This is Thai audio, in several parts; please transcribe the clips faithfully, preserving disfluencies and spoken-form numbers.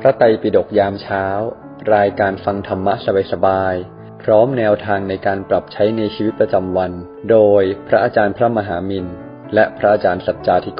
ระไตรปิฎกยามเช้ารายการฟังธรรมะสบายๆพร้อมแนวทางในการปรับใช้ในชีวิตประจำวันโดยพระอาจารย์พระมหามินและพระอาจารย์สัจจาธิโก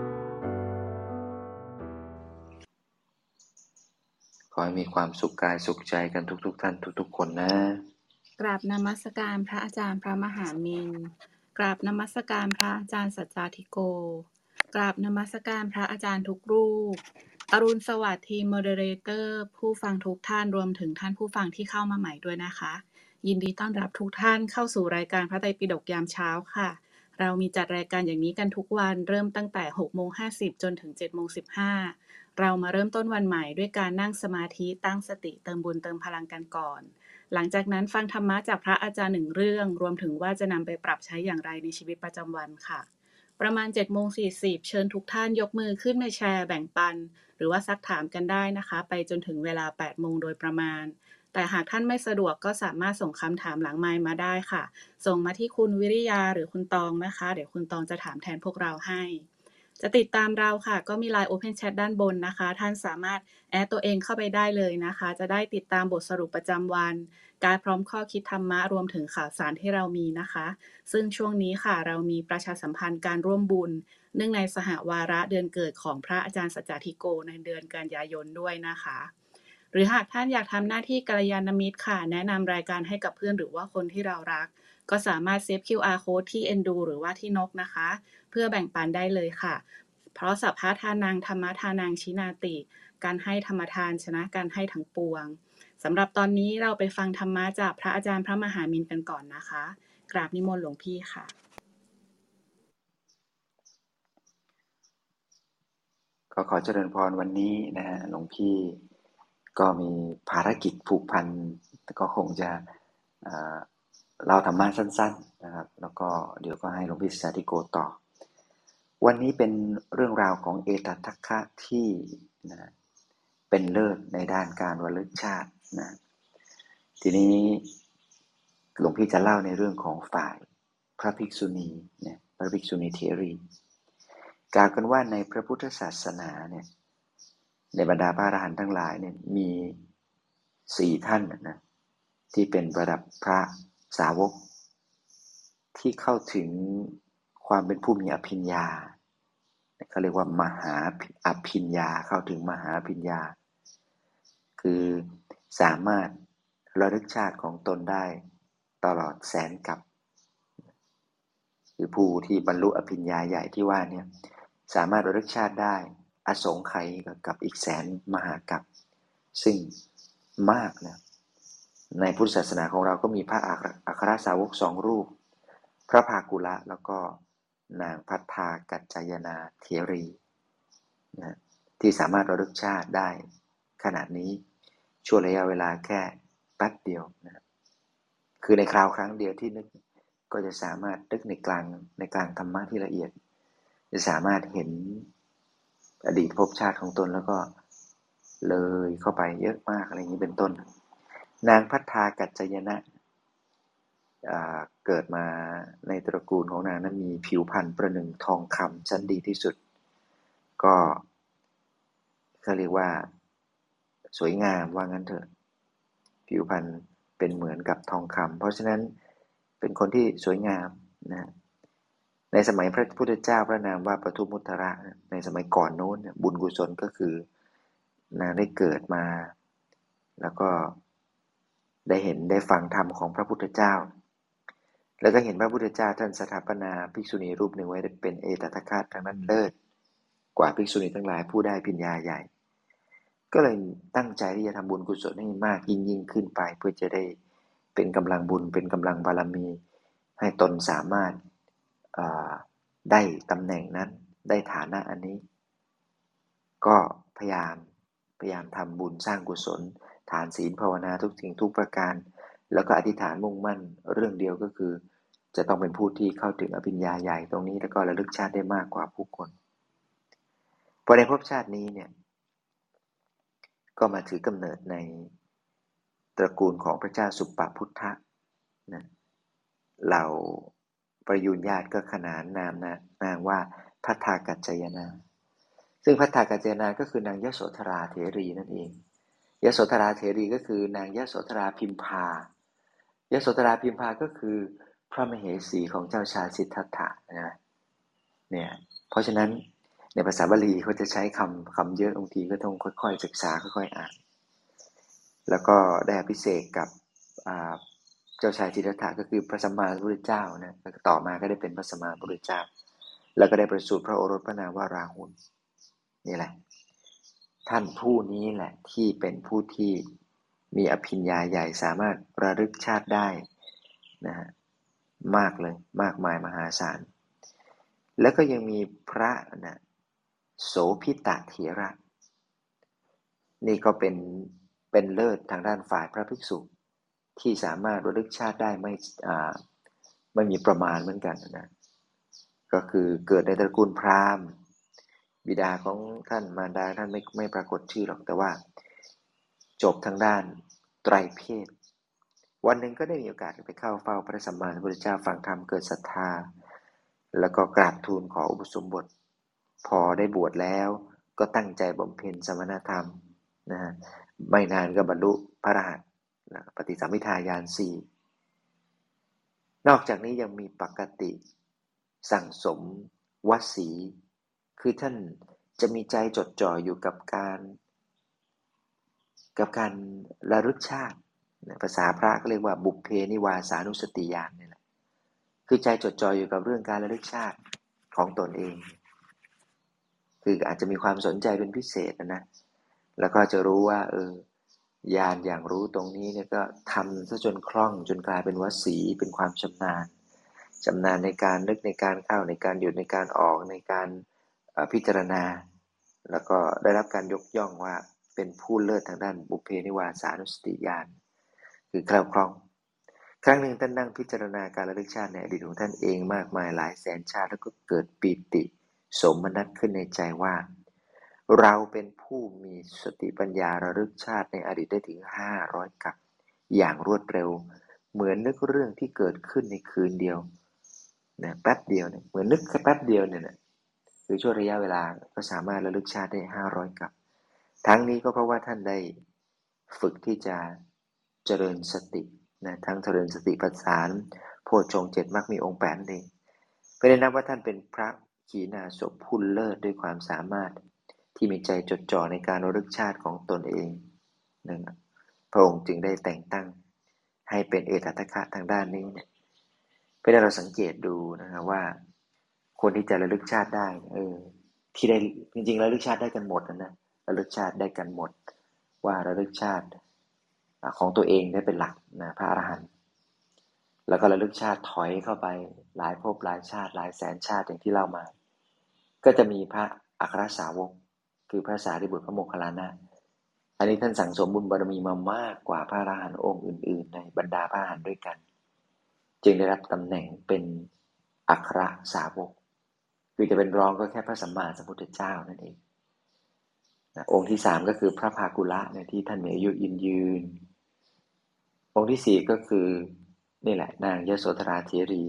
ขอให้มีความสุขกายสุขใจกันทุกๆท่านทุกๆคนนะกราบนมัสการพระอาจารย์พระมหามินกราบนมัสการพระอาจารย์สัจจาธิโกกราบนมัสการพระอาจารย์ทุกรูปอรุณสวัสดิ์ทีมโมเดเลเตอร์ผู้ฟังทุกท่านรวมถึงท่านผู้ฟังที่เข้ามาใหม่ด้วยนะคะยินดีต้อนรับทุกท่านเข้าสู่รายการพระไตรปิฎกยามเช้าค่ะเรามีจัดรายการอย่างนี้กันทุกวันเริ่มตั้งแต่ หกโมงห้าสิบ จนถึง เจ็ดโมงสิบห้า เรามาเริ่มต้นวันใหม่ด้วยการนั่งสมาธิตั้งสติเติมบุญเติมพลังกันก่อนหลังจากนั้นฟังธรรมะจากพระอาจารย์หนึ่งเรื่องรวมถึงว่าจะนำไปปรับใช้อย่างไรในชีวิตประจำวันค่ะประมาณ เจ็ดโมงสี่สิบ เชิญทุกท่านยกมือขึ้นมาแชร์แบ่งปันหรือว่าซักถามกันได้นะคะไปจนถึงเวลา แปดโมงโดยประมาณแต่หากท่านไม่สะดวกก็สามารถส่งคำถามหลังไมค์มาได้ค่ะส่งมาที่คุณวิริยาหรือคุณตองนะคะเดี๋ยวคุณตองจะถามแทนพวกเราให้จะติดตามเราค่ะก็มี ไลน์ Open Chat ด้านบนนะคะท่านสามารถแอดตัวเองเข้าไปได้เลยนะคะจะได้ติดตามบทสรุปประจำวันการพร้อมข้อคิดธรรมะรวมถึงข่าวสารที่เรามีนะคะซึ่งช่วงนี้ค่ะเรามีประชาสัมพันธ์การร่วมบุญเนื่องในสหวาระเดือนเกิดของพระอาจารย์สัจจาธิโกในเดือนกันยายนด้วยนะคะหรือหากท่านอยากทำหน้าที่กัลยาณมิตรค่ะแนะนำรายการให้กับเพื่อนหรือว่าคนที่เรารักก็สามารถเซฟ คิว อาร์ Code ที่ Endu หรือว่าที่นกนะคะเพื่อแบ่งปันได้เลยค่ะเพราะสัพพะทานังธรรมะทานังชินาติการให้ธรรมทานชนะการให้ทั้งปวงสำหรับตอนนี้เราไปฟังธรรมะจากพระอาจารย์พระมหามินกันก่อนนะคะกราบนิมนต์หลวงพี่ค่ะก็ขอเจริญพรวันนี้นะฮะหลวงพี่ก็มีภารกิจผูกพันก็คงจะเล่าธรรมะสั้นๆนะครับแล้วก็เดี๋ยวก็ให้หลวงพี่สัจจาธิโกต่อวันนี้เป็นเรื่องราวของเอตทัคคะที่นะเป็นเลิศในด้านการระลึกชาตินะทีนี้หลวงพี่จะเล่าในเรื่องของฝ่ายพระภิกษุณีเนี่ยพระภิกษุณีเถรีกล่าวกันว่าในพระพุทธศาสนาเนี่ยในบรรดาพระอรหันต์ทั้งหลายเนี่ยมีสี่ท่านนะที่เป็นระดับพระสาวกที่เข้าถึงความเป็นผู้มีอภิญญาเขาเรียกว่ามหาอภิญญาเข้าถึงมหาอภิญญาคือสามารถระลึกชาติของตนได้ตลอดแสนกับคือผู้ที่บรรลุอภิญญาใหญ่ที่ว่าเนี่ยสามารถระลึกชาติได้อสงไขยกับอีกแสนมหากัปซึ่งมากนะในพุทธศาสนาของเราก็มีพระอัครสาวกสองรูปพระภากุละแล้วก็นางพัทธากัจจายนาเถรีนะที่สามารถระลึกชาติได้ขนาดนี้ช่วงระยะเวลาแค่แป๊บเดียวนะคือในคราวครั้งเดียวที่นึกก็จะสามารถนึกในกลางในกลางธรรมะที่ละเอียดจะสามารถเห็นอดีตภพชาติของตนแล้วก็เลยเข้าไปเยอะมากอะไรอย่างนี้เป็นต้นนางพัทธากัจจายนะเกิดมาในตระกูลของนางนั้นมีผิวพรรณประหนึ่งทองคำชั้นดีที่สุดก็เขาเรียกว่าสวยงามว่างั้นเถอะผิวพรรณเป็นเหมือนกับทองคำเพราะฉะนั้นเป็นคนที่สวยงามนะในสมัยพระพุทธเจ้าพระนามว่าปทุมมุตระในสมัยก่อนโน้นบุญกุศลก็คือนางได้เกิดมาแล้วก็ได้เห็นได้ฟังธรรมของพระพุทธเจ้าแล้วก็เห็นพระพุทธเจ้าท่านสถาปนาภิกษุณีรูปหนึ่งไว้เป็นเอตทัคคะทางนั้นเลิศกว่าภิกษุณีทั้งหลายผู้ได้ภิญญาใหญ่ก็เลยตั้งใจที่จะทำบุญกุศลให้มากยิ่งยิ่งขึ้นไปเพื่อจะได้เป็นกำลังบุญเป็นกำลังบารมีให้ตนสามารถได้ตำแหน่งนั้นได้ฐานะอันนี้ก็พยายามพยายามทำบุญสร้างกุศลทานศีลภาวนาทุกสิ่งทุกประการแล้วก็อธิษฐานมุ่งมั่นเรื่องเดียวก็คือจะต้องเป็นผู้ที่เข้าถึงอภิญญาใหญ่ตรงนี้แล้วก็ระลึกชาติได้มากกว่าผู้คนพอในภพชาตินี้เนี่ยก็มาถือกำเนิดในตระกูลของพระเจ้าสุปปพุทธะนะเหล่าประยุรญาติก็ขนานนามนะนางว่าพัทธากัจจายนาซึ่งพัทธกัจเจนาก็คือนางยโสธราเถรีนั่นเองยโสธราเถรีก็คือนางยโสธราพิมพายโสธราพิมพาก็คือพระมเหสีของเจ้าชายสิทธัตถะนะเนี่ยเพราะฉะนั้นในภาษาบาลีเขาจะใช้คำคำเยอะบางทีก็ต้องค่อยๆศึกษาค่อยๆอ่านแล้วก็ได้อภิเษกกับเจ้าชายสิทธัตถะก็คือพระสัมมาสัมพุทธเจ้านะต่อมาก็ได้เป็นพระสัมมาสัมพุทธเจ้าแล้วก็ได้ประสูติพระโอรสพระนามว่าราหุลนี่แหละท่านผู้นี้แหละที่เป็นผู้ที่มีอภิญญาใหญ่สามารถระลึกชาติได้นะฮะมากเลยมากมายมหาศาลแล้วก็ยังมีพระนะโสพิตเถระนี่ก็เป็นเป็นเลิศทางด้านฝ่ายพระภิกษุที่สามารถระลึกชาติได้ไม่อ่าไม่มีประมาณเหมือนกันนะก็คือเกิดในตระกูลพราหมณ์บิดาของท่านมารดาท่านไม่ไม่ปรากฏชื่อหรอกแต่ว่าจบทางด้านไตรเพศวันหนึ่งก็ได้มีโอกาสไปเข้าเฝ้าพระสัมมาสัมพุทธเจ้าฟังธรรมเกิดศรัทธาแล้วก็กราบทูลขออุปสมบทพอได้บวชแล้วก็ตั้งใจบำเพ็ญสมณธรรมนะฮะไม่นานก็บรรลุพระอรหันต์ปฏิสัมภิทาญาณสี่นอกจากนี้ยังมีปกติสั่งสมวสีคือท่านจะมีใจจดจ่ออยู่กับการกับการระลึกชาติภาษาพระก็เรียกว่าบุพเพนิวาสานุสติญาณนี่แหละคือใจจดจ่ออยู่กับเรื่องการระลึกชาติของตนเองคืออาจจะมีความสนใจเป็นพิเศษนะนะแล้วก็จะรู้ว่าเออญาณอย่างรู้ตรงนี้เนี่ยก็ทำซะจนคล่องจนกลายเป็นวสีเป็นความชำนาญชำนาญในการนึกในการเข้าในการหยุดในการออกในการพิจารณาแล้วก็ได้รับการยกย่องว่าเป็นผู้เลิศทางด้านบุพเพนิวาสานุสติญาณคือแคล่วคล่องครั้งหนึ่งท่านนั่งพิจารณาการระลึกชาติในอดีตของท่านเองมากมายหลายแสนชาติแล้วก็เกิดปีติสมนัสขึ้นในใจว่าเราเป็นผู้มีสติปัญญาระลึกชาติในอดีตได้ถึงห้าร้อยกับอย่างรวดเร็วเหมือนนึกเรื่องที่เกิดขึ้นในคืนเดียวนะแป๊บเดียวเนี่ยเหมือนนึกแค่แป๊บเดียวเนี่ยนะคือช่วงระยะเวลาก็สามารถระลึกชาติได้ห้าร้อยกับทั้งนี้ก็เพราะว่าท่านได้ฝึกที่จะเจริญสตินะทั้งเจริญสติปัฏฐานโพชฌงค์เจ็ดมรรคมีองค์แปดนั่นเองเป็นนับว่าท่านเป็นพระขีณาสพผู้เลิศด้วยความสามารถที่มีใจจดจ่อในการระลึกชาติของตนเองนั่นพระองค์จึงได้แต่งตั้งให้เป็นเอตัทคะทางด้านนี้เนี่ยเพื่อเราสังเกตดูนะครับว่าคนที่จะระลึกชาติได้เออที่ได้จริงๆระลึกชาติได้กันหมดนะนะระลึกชาติได้กันหมดว่าระลึกชาติของตัวเองได้เป็นหลักนะพระอรหันต์แล้วก็ระลึกชาติถอยเข้าไปหลายภพหลายชาติหลายแสนชาติอย่างที่เล่ามาก็จะมีพระอัครสาวกคือพระสารีบุตรพระโมคคัลลานะอันนี้ท่านสั่งสมบุญบารมีมามากกว่าพระอรหันต์องค์อื่นๆในบรรดาพระอรหันต์ด้วยกันจึงได้รับตำแหน่งเป็นอัครสาวกคือจะเป็นรองก็แค่พระสัมมาสัมพุทธเจ้านั่นเององค์ที่สามก็คือพระภากุละเนี่ยที่ท่านมีอายุยืนยืนองค์ที่สี่ก็คือนี่แหละนางยโสธราเถรี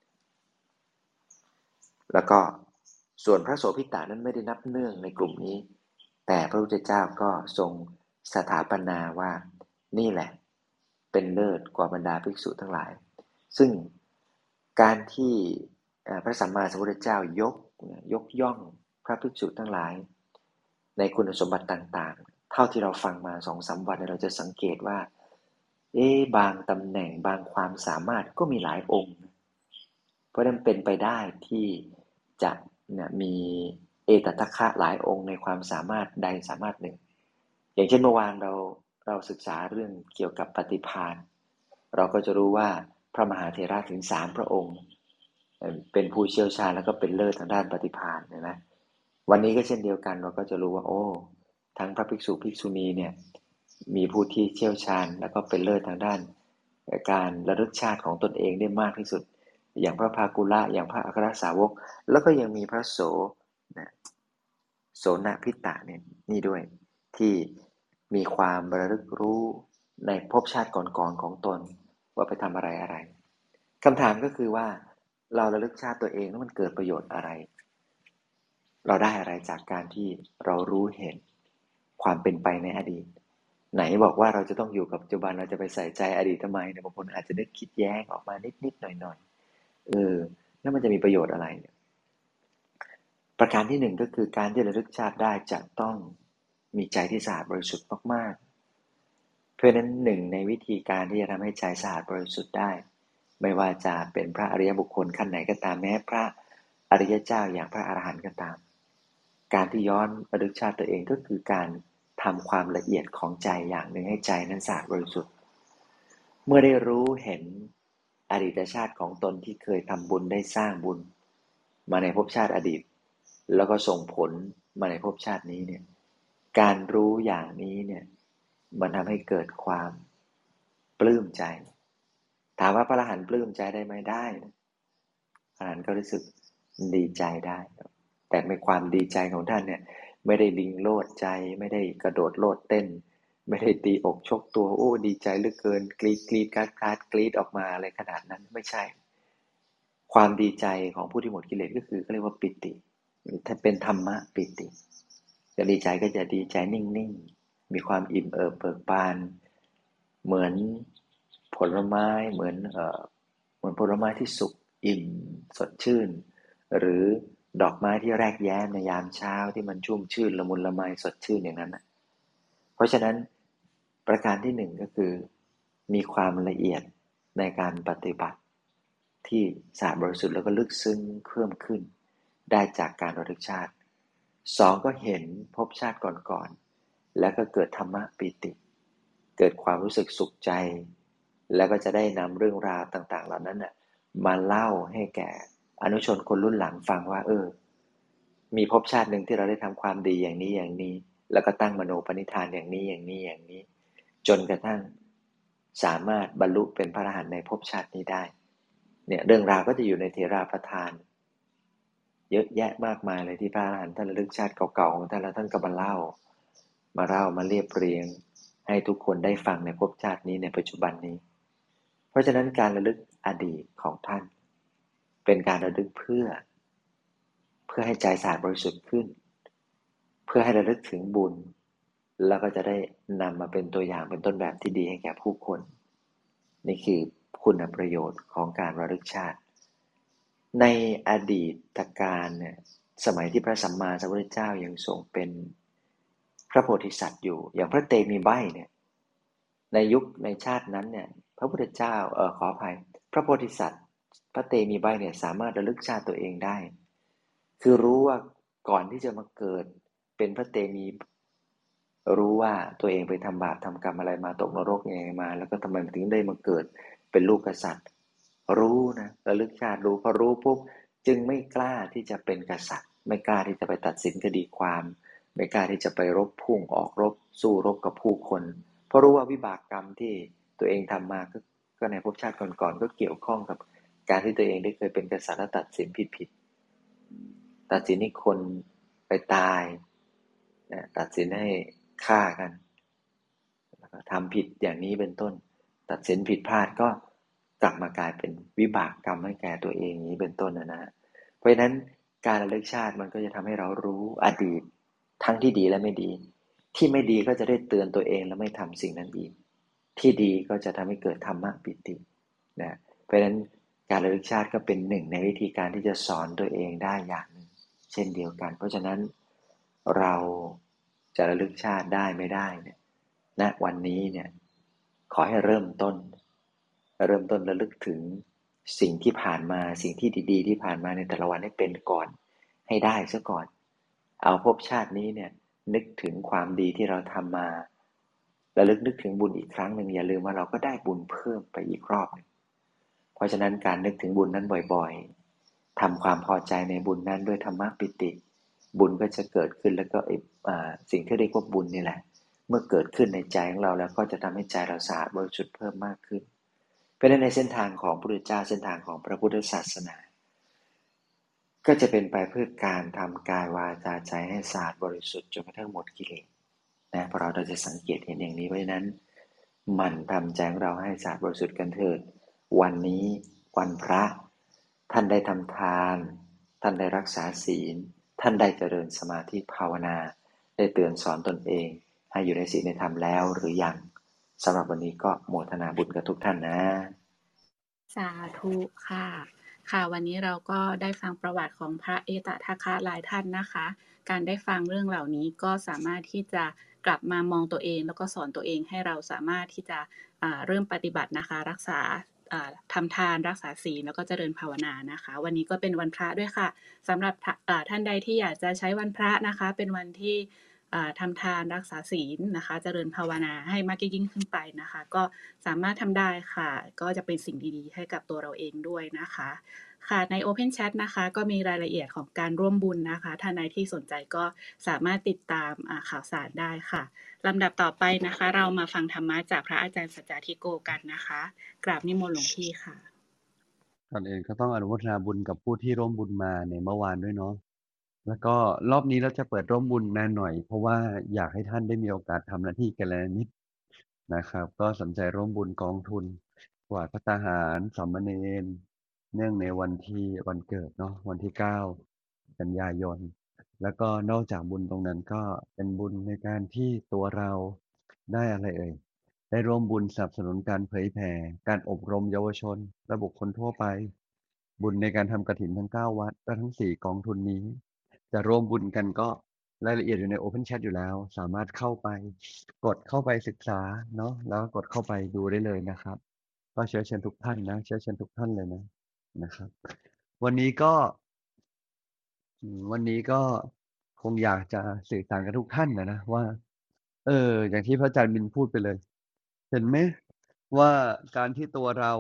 แล้วก็ส่วนพระโสภิตานั้นไม่ได้นับเนื่องในกลุ่มนี้แต่พระพุทธเจ้าก็ทรงสถาปนาว่านี่แหละเป็นเลิศกว่าบรรดาภิกษุทั้งหลายซึ่งการที่พระสัมมาสัมพุทธเจ้ายกยกย่องพระภิกษุทั้งหลายในคุณสมบัติต่างๆเท่าที่เราฟังมา สองถึงสาม วันเราจะสังเกตว่าเอ๊ะบางตำแหน่งบางความสามารถก็มีหลายองค์เพราะนั้นเป็นไปได้ที่จะเนี่ยมีเอตัทคะหลายองค์ในความสามารถใดสามารถหนึ่งอย่างเช่นเมื่อวานเราเราศึกษาเรื่องเกี่ยวกับปฏิภาณเราก็จะรู้ว่าพระมหาเถระถึงสามพระองค์เป็นผู้เชี่ยวชาญแล้วก็เป็นเลิศทางด้านปฏิภาณนะนะวันนี้ก็เช่นเดียวกันเราก็จะรู้ว่าโอ้ทั้งพระภิกษุภิกษุณีเนี่ยมีผู้ที่เชี่ยวชาญแล้วก็เป็นเลิศทางด้านการระลึกชาติของตนเองได้มากที่สุดอย่างพระภากุละอย่างพระอัครสาวกแล้วก็ยังมีพระโสนะโสนพิตะเนี่ยนี่ด้วยที่มีความระลึกรู้ในภพชาติก่อนๆของตนว่าไปทำอะไรอะไรคำถามก็คือว่าเราระลึกชาติตัวเองแล้วมันเกิดประโยชน์อะไรเราได้อะไรจากการที่เรารู้เห็นความเป็นไปในอดีตไหนบอกว่าเราจะต้องอยู่กับปัจจุบันเราจะไปใส่ใจอดีตทำไมเนี่ยบางคนอาจจะนึกคิดแย้งออกมานิดๆหน่อยๆเออแล้วมันจะมีประโยชน์อะไรเนี่ยประการที่หนึ่งก็คือการที่ระลึกชาติได้จะต้องมีใจที่สะอาดบริสุทธิ์มากๆเพราะฉะนั้นหนึ่งในวิธีการที่จะทำให้ใจสะอาดบริสุทธิ์ได้ไม่ว่าจะเป็นพระอริยบุคคลขั้นไหนก็ตามแม้พระอริยเจ้าอย่างพระอรหันต์ก็ตามการที่ย้อนระลึกชาติตัวเองก็คือการทำความละเอียดของใจอย่างหนึ่งให้ใจนั้นสะอาดบริสุทธิ์เมื่อได้รู้เห็นอดีตชาติของตนที่เคยทำบุญได้สร้างบุญมาในภพชาติอดีตแล้วก็ส่งผลมาในภพชาตินี้เนี่ยการรู้อย่างนี้เนี่ยมันทำให้เกิดความปลื้มใจถามว่าพระอรหันต์ปลื้มใจได้ไหมได้นะพระอรหันต์ก็รู้สึกดีใจได้แต่ในความดีใจของท่านเนี่ยไม่ได้ลิงโลดใจไม่ได้กระโดดโลดเต้นไม่ได้ตีอกชกตัวโอ้ดีใจเหลือเกินกรีดกรีดกราดกราดกรีดออกมาอะไรขนาดนั้นไม่ใช่ความดีใจของผู้ที่หมดกิเลสก็คือเขาเรียกว่าปิติถ้าเป็นธรรมะปิติจะดีใจก็จะดีใจนิ่งๆมีความอิ่มเอิบเบิกบานเหมือนผลไม้เหมือนเอ่อเหมือนผลไม้ที่สุกอิ่มสดชื่นหรือดอกไม้ที่แรกแย้มในยามเช้าที่มันชุ่มชื่นละมุนละไมสดชื่นอย่างนั้นนะเพราะฉะนั้นประการที่หนึ่งก็คือมีความละเอียดในการปฏิบัติที่สะอาดบริสุทธิ์แล้วก็ลึกซึ้งเพิ่มขึ้นได้จากการระลึกชาติสองก็เห็นภพชาติก่อนๆแล้วก็เกิดธรรมะปิติเกิดความรู้สึกสุขใจแล้วก็จะได้นำเรื่องราวต่างๆเหล่านั้นน่ะมาเล่าให้แก่อนุชนคนรุ่นหลังฟังว่าเออมีภพชาติหนึ่งที่เราได้ทำความดีอย่างนี้อย่างนี้แล้วก็ตั้งมโนปณิธานอย่างนี้อย่างนี้อย่างนี้จนกระทั่งสามารถบรรลุเป็นพระอรหันต์ในภพชาตินี้ได้เนี่ยเรื่องราวก็จะอยู่ในเถราประธานเยอะแยะมากมายเลยที่พระอรหันต์ท่านระลึกชาติเก่าๆของท่านแล้วท่านก็มาเล่ามาเล่ามาเรียบเรียงให้ทุกคนได้ฟังในภพชาตินี้ในปัจจุบันนี้เพราะฉะนั้นการระลึกอดีตของท่านเป็นการระลึกเพื่อเพื่อให้ใจสะอาดบริสุทธิ์ขึ้นเพื่อให้ระลึกถึงบุญแล้วก็จะได้นำมาเป็นตัวอย่างเป็นต้นแบบที่ดีให้แก่ผู้คนนี่คือคุณประโยชน์ของการระลึกชาติในอดีตการเนี่ยสมัยที่พระสัมมาสัมพุทธเจ้ายังทรงเป็นพระโพธิสัตว์อยู่อย่างพระเตมีใบเนี่ยในยุคในชาตินั้นเนี่ยพระพุทธเจ้าเอ่อขออภัยพระโพธิสัตว์พระเตมีใบเนี่ยสามารถระลึกชาติตัวเองได้คือรู้ว่าก่อนที่จะมาเกิดเป็นพระเตมีรู้ว่าตัวเองไปทำบาปทำกรรมอะไรมาตกนรกยังไงมาแล้วก็ทำไมถึงได้มาเกิดเป็นลูกกษัตริย์รู้นะระลึกชาติรู้พอรู้ปุ๊บจึงไม่กล้าที่จะเป็นกษัตริย์ไม่กล้าที่จะไปตัดสินคดีความไม่กล้าที่จะไปรบพุ่งออกรบสู้รบกับผู้คนเพราะรู้ว่าวิบากกรรมที่ตัวเองทำมาก็ก็ในภพชาติก่อนๆก็เกี่ยวข้องกับการที่ตัวเองได้เคยเป็นกษัตริย์และตัดสินผิดๆตัดสินให้คนไปตายนะตัดสินให้ฆ่ากันทำผิดอย่างนี้เป็นต้นตัดสินผิดพลาดก็กลับมากลายเป็นวิบากกรรมให้แก่ตัวเองนี้เป็นต้นนะนะเพราะฉะนั้นการระลึกชาติมันก็จะทำให้เรารู้อดีตทั้งที่ดีและไม่ดีที่ไม่ดีก็จะได้เตือนตัวเองและไม่ทำสิ่งนั้นอีกที่ดีก็จะทำให้เกิดธรรมะปิตินะเพราะฉะนั้นการระลึกชาติก็เป็นหนึ่งในวิธีการที่จะสอนตัวเองได้อย่างหนึ่งเช่นเดียวกันเพราะฉะนั้นเราจะระลึกชาติได้ไม่ได้เนี่ยณวันนี้เนี่ยขอให้เริ่มต้นเริ่มต้นระลึกถึงสิ่งที่ผ่านมาสิ่งที่ดีๆที่ผ่านมาในแต่ละวันให้เป็นก่อนให้ได้ซะก่อนเอาภพชาตินี้เนี่ยนึกถึงความดีที่เราทำมาระลึกนึกถึงบุญอีกครั้งหนึ่งอย่าลืมว่าเราก็ได้บุญเพิ่มไปอีกรอบนึงเพราะฉะนั้นการนึกถึงบุญนั้นบ่อยๆทำความพอใจในบุญนั้นด้วยธรรมะปิติบุญก็จะเกิดขึ้นแล้วก็สิ่งที่เรียกว่าบุญนี่แหละเมื่อเกิดขึ้นในใจของเราแล้วก็จะทำให้ใจเราสะอาดบริสุทธิ์เพิ่มมากขึ้นเพราะฉะนั้นในเส้นทางของพระพุทธเจ้าเส้นทางของพระพุทธศาสนาก็จะเป็นไปเพื่อการทำกายวาจาใจให้สะอาดบริสุทธิ์จนกระทั่งหมดกิเลสนะเพราะเราเราจะสังเกตเห็นอย่างนี้เพราะฉะนั้นมันทำใจของเราให้สะอาดบริสุทธิ์กันเถิดวันนี้วันพระท่านได้ทำทานท่านได้รักษาศีลท่านได้เจริญสมาธิภาวนาได้เตือนสอนตนเองให้อยู่ในศีลในธรรมแล้วหรือยังสำหรับวันนี้ก็โมทนาบุญกับทุกท่านนะสาธุค่ะค่ะวันนี้เราก็ได้ฟังประวัติของพระเอตทัคคะหลายท่านนะคะ การได้ฟังเรื่องเหล่านี้ก็สามารถที่จะกลับมามองตัวเองแล้วก็สอนตัวเองให้เราสามารถที่จะเริ่มปฏิบัตินะคะรักษาทำทานรักษาศีลแล้วก็เจริญภาวนานะคะวันนี้ก็เป็นวันพระด้วยค่ะสำหรับท่านใดที่อยากจะใช้วันพระนะคะเป็นวันที่ทำทานรักษาศีลนะคะเจริญภาวนาให้มากยิ่งขึ้นไปนะคะก็สามารถทำได้ค่ะก็จะเป็นสิ่งดีๆให้กับตัวเราเองด้วยนะคะค่ะใน Open Chat นะคะก็มีรายละเอียดของการร่วมบุญนะคะท่านใดที่สนใจก็สามารถติดตามข่าวสารได้ค่ะลำดับต่อไปนะคะเรามาฟังธรรมะจากพระอาจารย์สัจจาธิโกกันนะคะกราบนิมนต์หลวงพี่ค่ะก่อนอื่นก็ต้องอนุโมทนาบุญกับผู้ที่ร่วมบุญมาในเมื่อวานด้วยเนาะแล้วก็รอบนี้เราจะเปิดร่วมบุญนานหน่อยเพราะว่าอยากให้ท่านได้มีโอกาสทำหน้าที่กันแล้วนิดนะครับก็สนใจร่วมบุญกองทุนถวายพระทหารสามเณรเนื่องในวันที่วันเกิดเนาะวันที่เก้ากันยายนแล้วก็นอกจากบุญตรงนั้นก็เป็นบุญในการที่ตัวเราได้อะไรเอ่ยได้ร่วมบุญสนับสนุนการเผยแผ่การอบรมเยาวชนและบุคคลทั่วไปบุญในการทำกฐินทั้งเก้าวัดและทั้งสี่กองทุนนี้จะร่วมบุญกันก็รายละเอียดอยู่ใน Open Chat อยู่แล้วสามารถเข้าไปกดเข้าไปศึกษาเนาะแล้วกดเข้าไปดูได้เลยนะครับก็เชื้อเชิญทุกท่านนะเชื้อเชิญทุกท่านเลยนะนะครับวันนี้ก็วันนี้ก็คงอยากจะสื่อสารกับทุกท่านนะนะว่าเอออย่างที่พระอาจารย์มินพูดไปเลยเห็นไหมว่าการที่ตัวเรา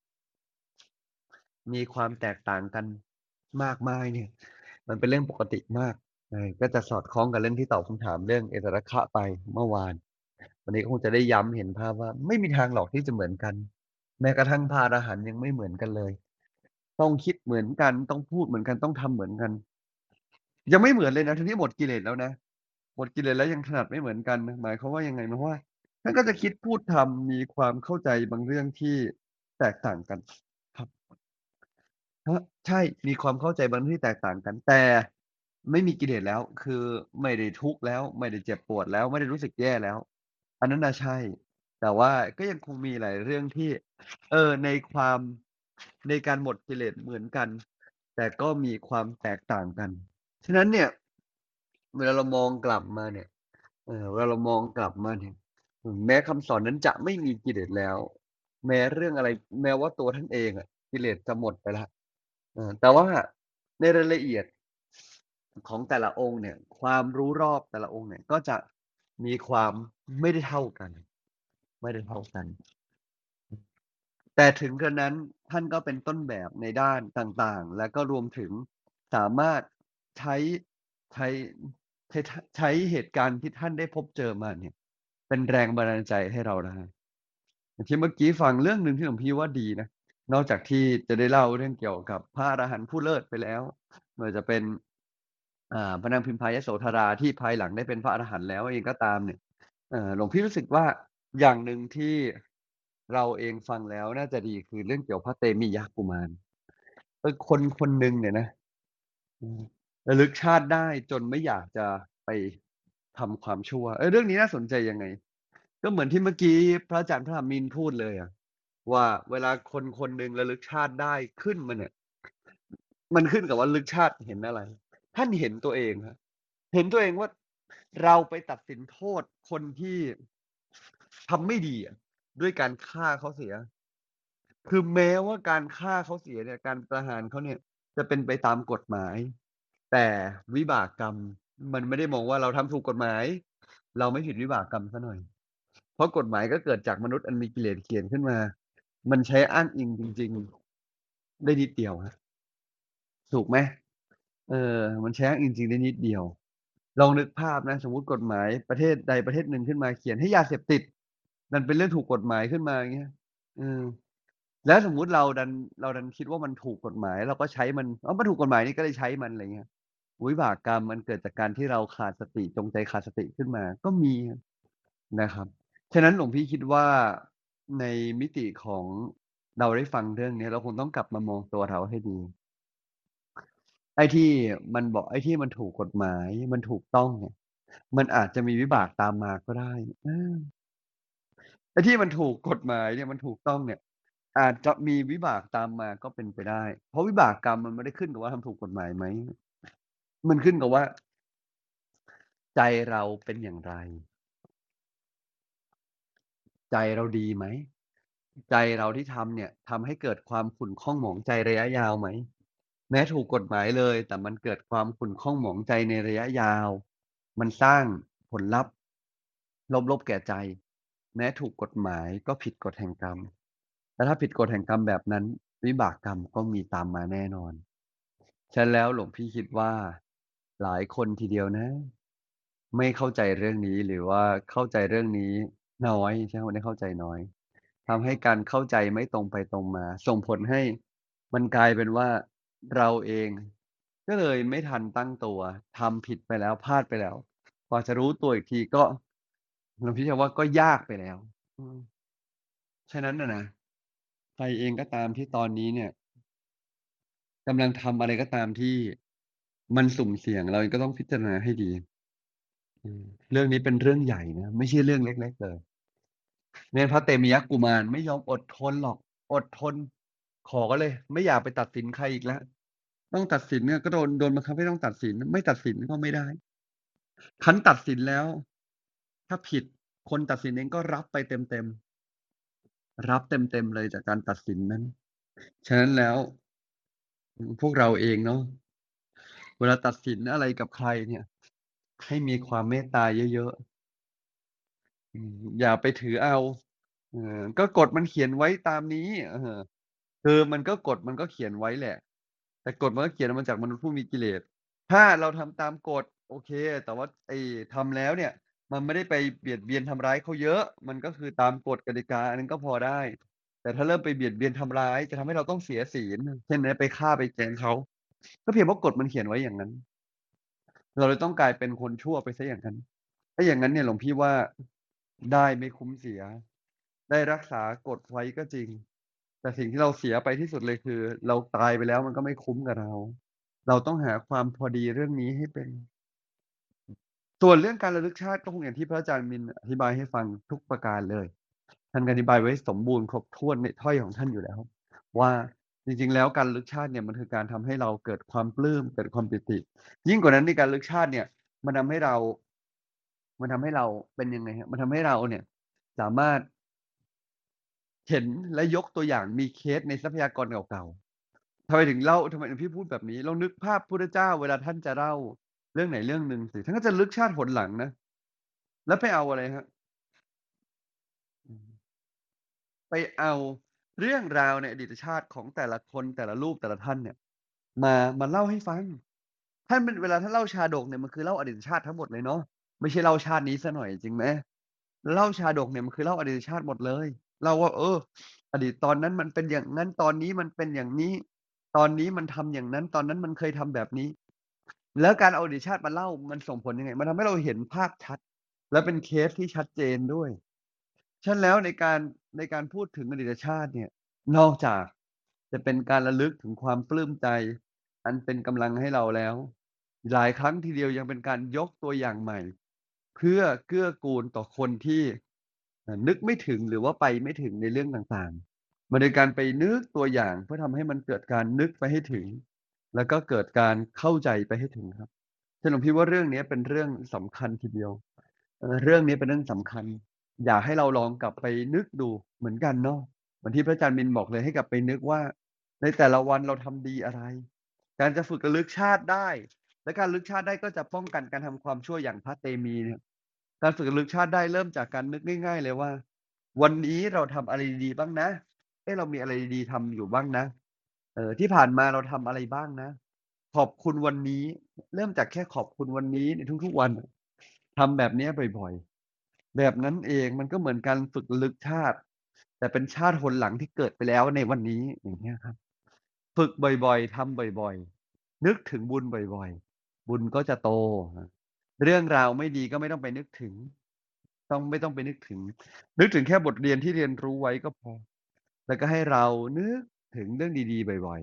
มีความแตกต่างกันมากมายเนี่ยมันเป็นเรื่องปกติมากก็จะสอดคล้องกับเรื่องที่ตอบคำถามเรื่องเอตทัคคะไปเมื่อวานวันนี้ก็คงจะได้ย้ำเห็นภาพว่าไม่มีทางหรอกที่จะเหมือนกันแม้กระทั่งพระอรหันต์ยังไม่เหมือนกันเลยต้องคิดเหมือนกันต้องพูดเหมือนกันต้องทำเหมือนกันยังไม่เหมือนเลยนะทั้งที่หมดกิเลสแล้วนะหมดกิเลสแล้วยังถนัดไม่เหมือนกันหมายความว่ายังไงหมายความว่าท่านก็จะคิดพูดทำมีความเข้าใจบางเรื่องที่แตกต่างกันครับใช่มีความเข้าใจบางเรื่องที่แตกต่างกันแต่ไม่มีกิเลสแล้วคือไม่ได้ทุกข์แล้วไม่ได้เจ็บปวดแล้วไม่ได้รู้สึกแย่แล้วอันนั้นน่ะใช่แต่ว่าก็ยังคงมีหลายเรื่องที่เออในความในการหมดกิเลสเหมือนกันแต่ก็มีความแตกต่างกันฉะนั้นเนี่ยเวลาเรามองกลับมาเนี่ยเออเวลาเรามองกลับมาเนี่ยแม้คำสอนนั้นจะไม่มีกิเลสแล้วแม้เรื่องอะไรแม้ว่าตัวท่านเองอะกิเลสจะหมดไปแล้วเออแต่ว่าในรายละเอียดของแต่ละองค์เนี่ยความรู้รอบแต่ละองค์เนี่ยก็จะมีความไม่ได้เท่ากันไม่ได้เท่ากัน แต่ถึงกระนั้นท่านก็เป็นต้นแบบในด้านต่างๆ และก็รวมถึงสามารถใช้ใช้ใช้ใช้เหตุการณ์ที่ท่านได้พบเจอมาเนี่ยเป็นแรงบันดาลใจให้เราได้อย่างที่เมื่อกี้ฟังเรื่องหนึ่งที่หลวงพี่ว่าดีนะนอกจากที่จะได้เล่าเรื่องเกี่ยวกับพระอรหันต์ผู้เลิศไปแล้วไม่ว่าจะเป็นอ่าพระนางพิมพายโสธราที่ภายหลังได้เป็นพระอรหันต์แล้วเองก็ตามเนี่ยเอ่อหลวงพี่รู้สึกว่าอย่างหนึ่งที่เราเองฟังแล้วน่าจะดีคือเรื่องเกี่ยวพระเตมิยกุมารเออคนคนหนึ่งเนี่ยนะอืมระลึกชาติได้จนไม่อยากจะไปทำความชั่วเออเรื่องนี้น่าสนใจยังไงก็เหมือนที่เมื่อกี้พระอาจารย์พระธรรมมินพูดเลยอะว่าเวลาคนคนหนึ่งระลึกชาติได้ขึ้นมาเนี่ยมันขึ้นกับว่าระลึกชาติเห็นอะไรท่านเห็นตัวเองครับเห็นตัวเองว่าเราไปตัดสินโทษคนที่ทำไม่ดีอะด้วยการฆ่าเขาเสียคือแม้ว่าการฆ่าเขาเสียเนี่ยการประหารเขาเนี่ยจะเป็นไปตามกฎหมายแต่วิบากกรรมมันไม่ได้มองว่าเราทำถูกกฎหมายเราไม่ผิดวิบากกรรมซะหน่อยเพราะกฎหมายก็เกิดจากมนุษย์อันมีกิเลสเขียนขึ้นมามันใช้อ้างอิงจริงๆได้นิดเดียวครับถูกไหมเออมันใช้อ้างอิงจริงได้นิดเดียวลองนึกภาพนะสมมุติกฎหมายประเทศใดประเทศหนึ่งขึ้นมาเขียนให้ยาเสพติดมันเป็นเรื่องถูกกฎหมายขึ้นมาอย่างเงี้ยเออ แล้วสมมุติเราดันเราดันคิดว่ามันถูกกฎหมายเราก็ใช้มันอ้าวมันถูกกฎหมายนี่ก็เลยใช้มันอะไรเงี้ยวิบากกรรมมันเกิดจากการที่เราขาดสติจงใจขาดสติขึ้นมาก็มีนะครับฉะนั้นหลวงพี่คิดว่าในมิติของเราได้ฟังเรื่องนี้เราคงต้องกลับมามองตัวเราให้ดีไอ้ที่มันบอกไอ้ที่มันถูกกฎหมายมันถูกต้องเนี่ยมันอาจจะมีวิบากตามมาก็ได้เออไอ้ที่มันถูกกฎหมายเนี่ยมันถูกต้องเนี่ยอาจจะมีวิบากตามมาก็เป็นไปได้เพราะวิบากกรรมมันไม่ได้ขึ้นกับว่าทำถูกกฎหมายไหมมันขึ้นกับว่าใจเราเป็นอย่างไรใจเราดีไหมใจเราที่ทำเนี่ยทำให้เกิดความขุ่นข้องหมองใจระยะยาวไหมแม้ถูกกฎหมายเลยแต่มันเกิดความขุ่นข้องหมองใจในระยะยาวมันสร้างผลลัพธ์ลบๆแก่ใจแม้ถูกกฎหมายก็ผิดกฎแห่งกรรมและถ้าผิดกฎแห่งกรรมแบบนั้นวิบากกรรมก็มีตามมาแน่นอนฉะนั้นแล้วหลวงพี่คิดว่าหลายคนทีเดียวนะไม่เข้าใจเรื่องนี้หรือว่าเข้าใจเรื่องนี้น้อยใช่ไหมได้เข้าใจน้อย ทำให้การเข้าใจไม่ตรงไปตรงมาส่งผลให้มันกลายเป็นว่าเราเองก็เลยไม่ทันตั้งตัวทำผิดไปแล้วพลาดไปแล้วกว่าจะรู้ตัวอีกทีก็หลวงพี่จะว่าก็ยากไปแล้วอืมฉะนั้นน่ะนะใครเองก็ตามที่ตอนนี้เนี่ยกำลังทำอะไรก็ตามที่มันสุ่มเสี่ยงเราก็ต้องพิจารณาให้ดีอืมเรื่องนี้เป็นเรื่องใหญ่นะไม่ใช่เรื่องเล็กๆเลย เนี่ยพระเตมียกุมารไม่ยอมอดทนหรอกอดทนขอเลยไม่อยากไปตัดสินใครอีกแล้วต้องตัดสินเนี่ยก็โดนโดนบังคับให้ต้องตัดสินไม่ตัดสินก็ไม่ได้คันตัดสินแล้วถ้าผิดคนตัดสินเองก็รับไปเต็มๆรับเต็มๆเลยจากการตัดสินนั้นฉะนั้นแล้วอืมพวกเราเองเนาะเวลาตัดสินอะไรกับใครเนี่ยให้มีความเมตตาเยอะๆอืมอย่าไปถือเอาเออก็กฎมันเขียนไว้ตามนี้เออ คือมันก็กฎมันก็เขียนไว้แหละแต่กฎมันก็เขียนมาจากมนุษย์ผู้มีกิเลสถ้าเราทำตามกฎโอเคแต่ว่าไอ้ทำแล้วเนี่ยมันไม่ได้ไปเบียดเบียนทำร้ายเขาเยอะมันก็คือตามกฎกติกาอันนั้นก็พอได้แต่ถ้าเริ่มไปเบียดเบียนทำร้ายจะทำให้เราต้องเสียศีลเช่นนะไปฆ่าไปแกล้งเขาก็เพียงเพราะกฎมันเขียนไว้อย่างนั้นเราเลยต้องกลายเป็นคนชั่วไปเสียอย่างนั้นถ้าอย่างนั้นเนี่ยหลวงพี่ว่าได้ไม่คุ้มเสียได้รักษากฎไว้ก็จริง แต่สิ่งที่เราเสียไปที่สุดเลยคือเราตายไปแล้วมันก็ไม่คุ้มกับเรา เราต้องหาความพอดีเรื่องนี้ให้เป็น ส่วนเรื่องการระลึกชาติก็คงอย่างที่พระอาจารย์มินอธิบายให้ฟังทุกประการเลย ท่านก็อธิบายไว้สมบูรณ์ครบถ้วนในถ้อยของท่านอยู่แล้ว ว่าจริงๆแล้วการระลึกชาติเนี่ยมันคือการทำให้เราเกิดความปลื้มเกิดความปิติ ยิ่งกว่านั้นในการระลึกชาติเนี่ยมันทำให้เรา มันทำให้เราเป็นยังไงครับมันทำให้เราเนี่ยสามารถเห็นและยกตัวอย่างมีเคสในทรัพยากรเก่าๆ ทำไมถึงเล่าทำไมถึงพี่พูดแบบนี้ลองนึกภาพพุทธเจ้าเวลาท่านจะเล่าเรื่องไหนเรื่องหนึ่งสิท่านก็จะระลึกชาติหนหลังนะแล้วไปเอาอะไรครับอืมไปเอาเรื่องราวในอดีตชาติของแต่ละคนแต่ละรูปแต่ละท่านเนี่ยมามาเล่าให้ฟังท่านเป็นเวลาท่านเล่าชาดกเนี่ยมันคือเล่าอดีตชาติทั้งหมดเลยเนาะไม่ใช่เล่าชาตินี้เสียหน่อยจริงไหมเล่าชาดกเนี่ยมันคือเล่าอดีตชาติหมดเลยเล่าว่าเอออดีตตอนนั้นมันเป็นอย่างงั้นตอนนี้มันเป็นอย่างนี้ตอนนี้มันทำอย่างนั้นตอนนั้นมันเคยทำแบบนี้ แล้วการเอาอดีตชาติมาเล่ามันส่งผลยังไงมันทำให้เราเห็นภาพชัดและเป็นเคสที่ชัดเจนด้วยฉะนั้นแล้วในการในการพูดถึงอดีตชาติเนี่ยนอกจากจะเป็นการระลึกถึงความปลื้มใจอันเป็นกำลังให้เราแล้วหลายครั้งทีเดียวยังเป็นการยกตัวอย่างใหม่เพื่อเกื้อกูลต่อคนที่เอ่อนึกไม่ถึงหรือว่าไปไม่ถึงในเรื่องต่างๆมันโดยการไปนึกตัวอย่างเพื่อทำให้มันเกิดการนึกไปให้ถึง แล้วก็เกิดการเข้าใจไปให้ถึงครับฉะนั้นผมคิดว่าเรื่องนี้เป็นเรื่องสำคัญทีเดียวเออเรื่องนี้เป็นเรื่องสำคัญอยากให้เราลองกลับไปนึกดูเหมือนกันเนาะเหมือนที่พระอาจารย์มินบอกเลยให้กลับไปนึกว่าในแต่ละวันเราทำดีอะไรการจะฝึกระลึกชาติได้และการระลึกชาติได้ก็จะป้องกันการทำความชั่วอย่างพระเตมีเนี่ยการฝึกระลึกชาติได้เริ่มจากการนึกง่ายๆเลยว่าวันนี้เราทำอะไรดีๆบ้างนะเอ๊ะเรามีอะไรดีๆทำอยู่บ้างนะ เออที่ผ่านมาเราทำอะไรบ้างนะขอบคุณวันนี้เริ่มจากแค่ขอบคุณวันนี้ในทุกๆวันทำแบบเนี้ยบ่อยๆแบบนั้นเองมันก็เหมือนการฝึกระลึกชาติแต่เป็นชาติหนหลังที่เกิดไปแล้วในวันนี้อย่างเงี้ยครับฝึกบ่อยๆทำบ่อยๆนึกถึงบุญบ่อยๆบุญก็จะโตเรื่องราวไม่ดีก็ไม่ต้องไปนึกถึงต้องไม่ต้องไปนึกถึงนึกถึงแค่บทเรียนที่เรียนรู้ไว้ก็พอแล้วก็ให้เรานึกถึงเรื่องดีๆบ่อยๆ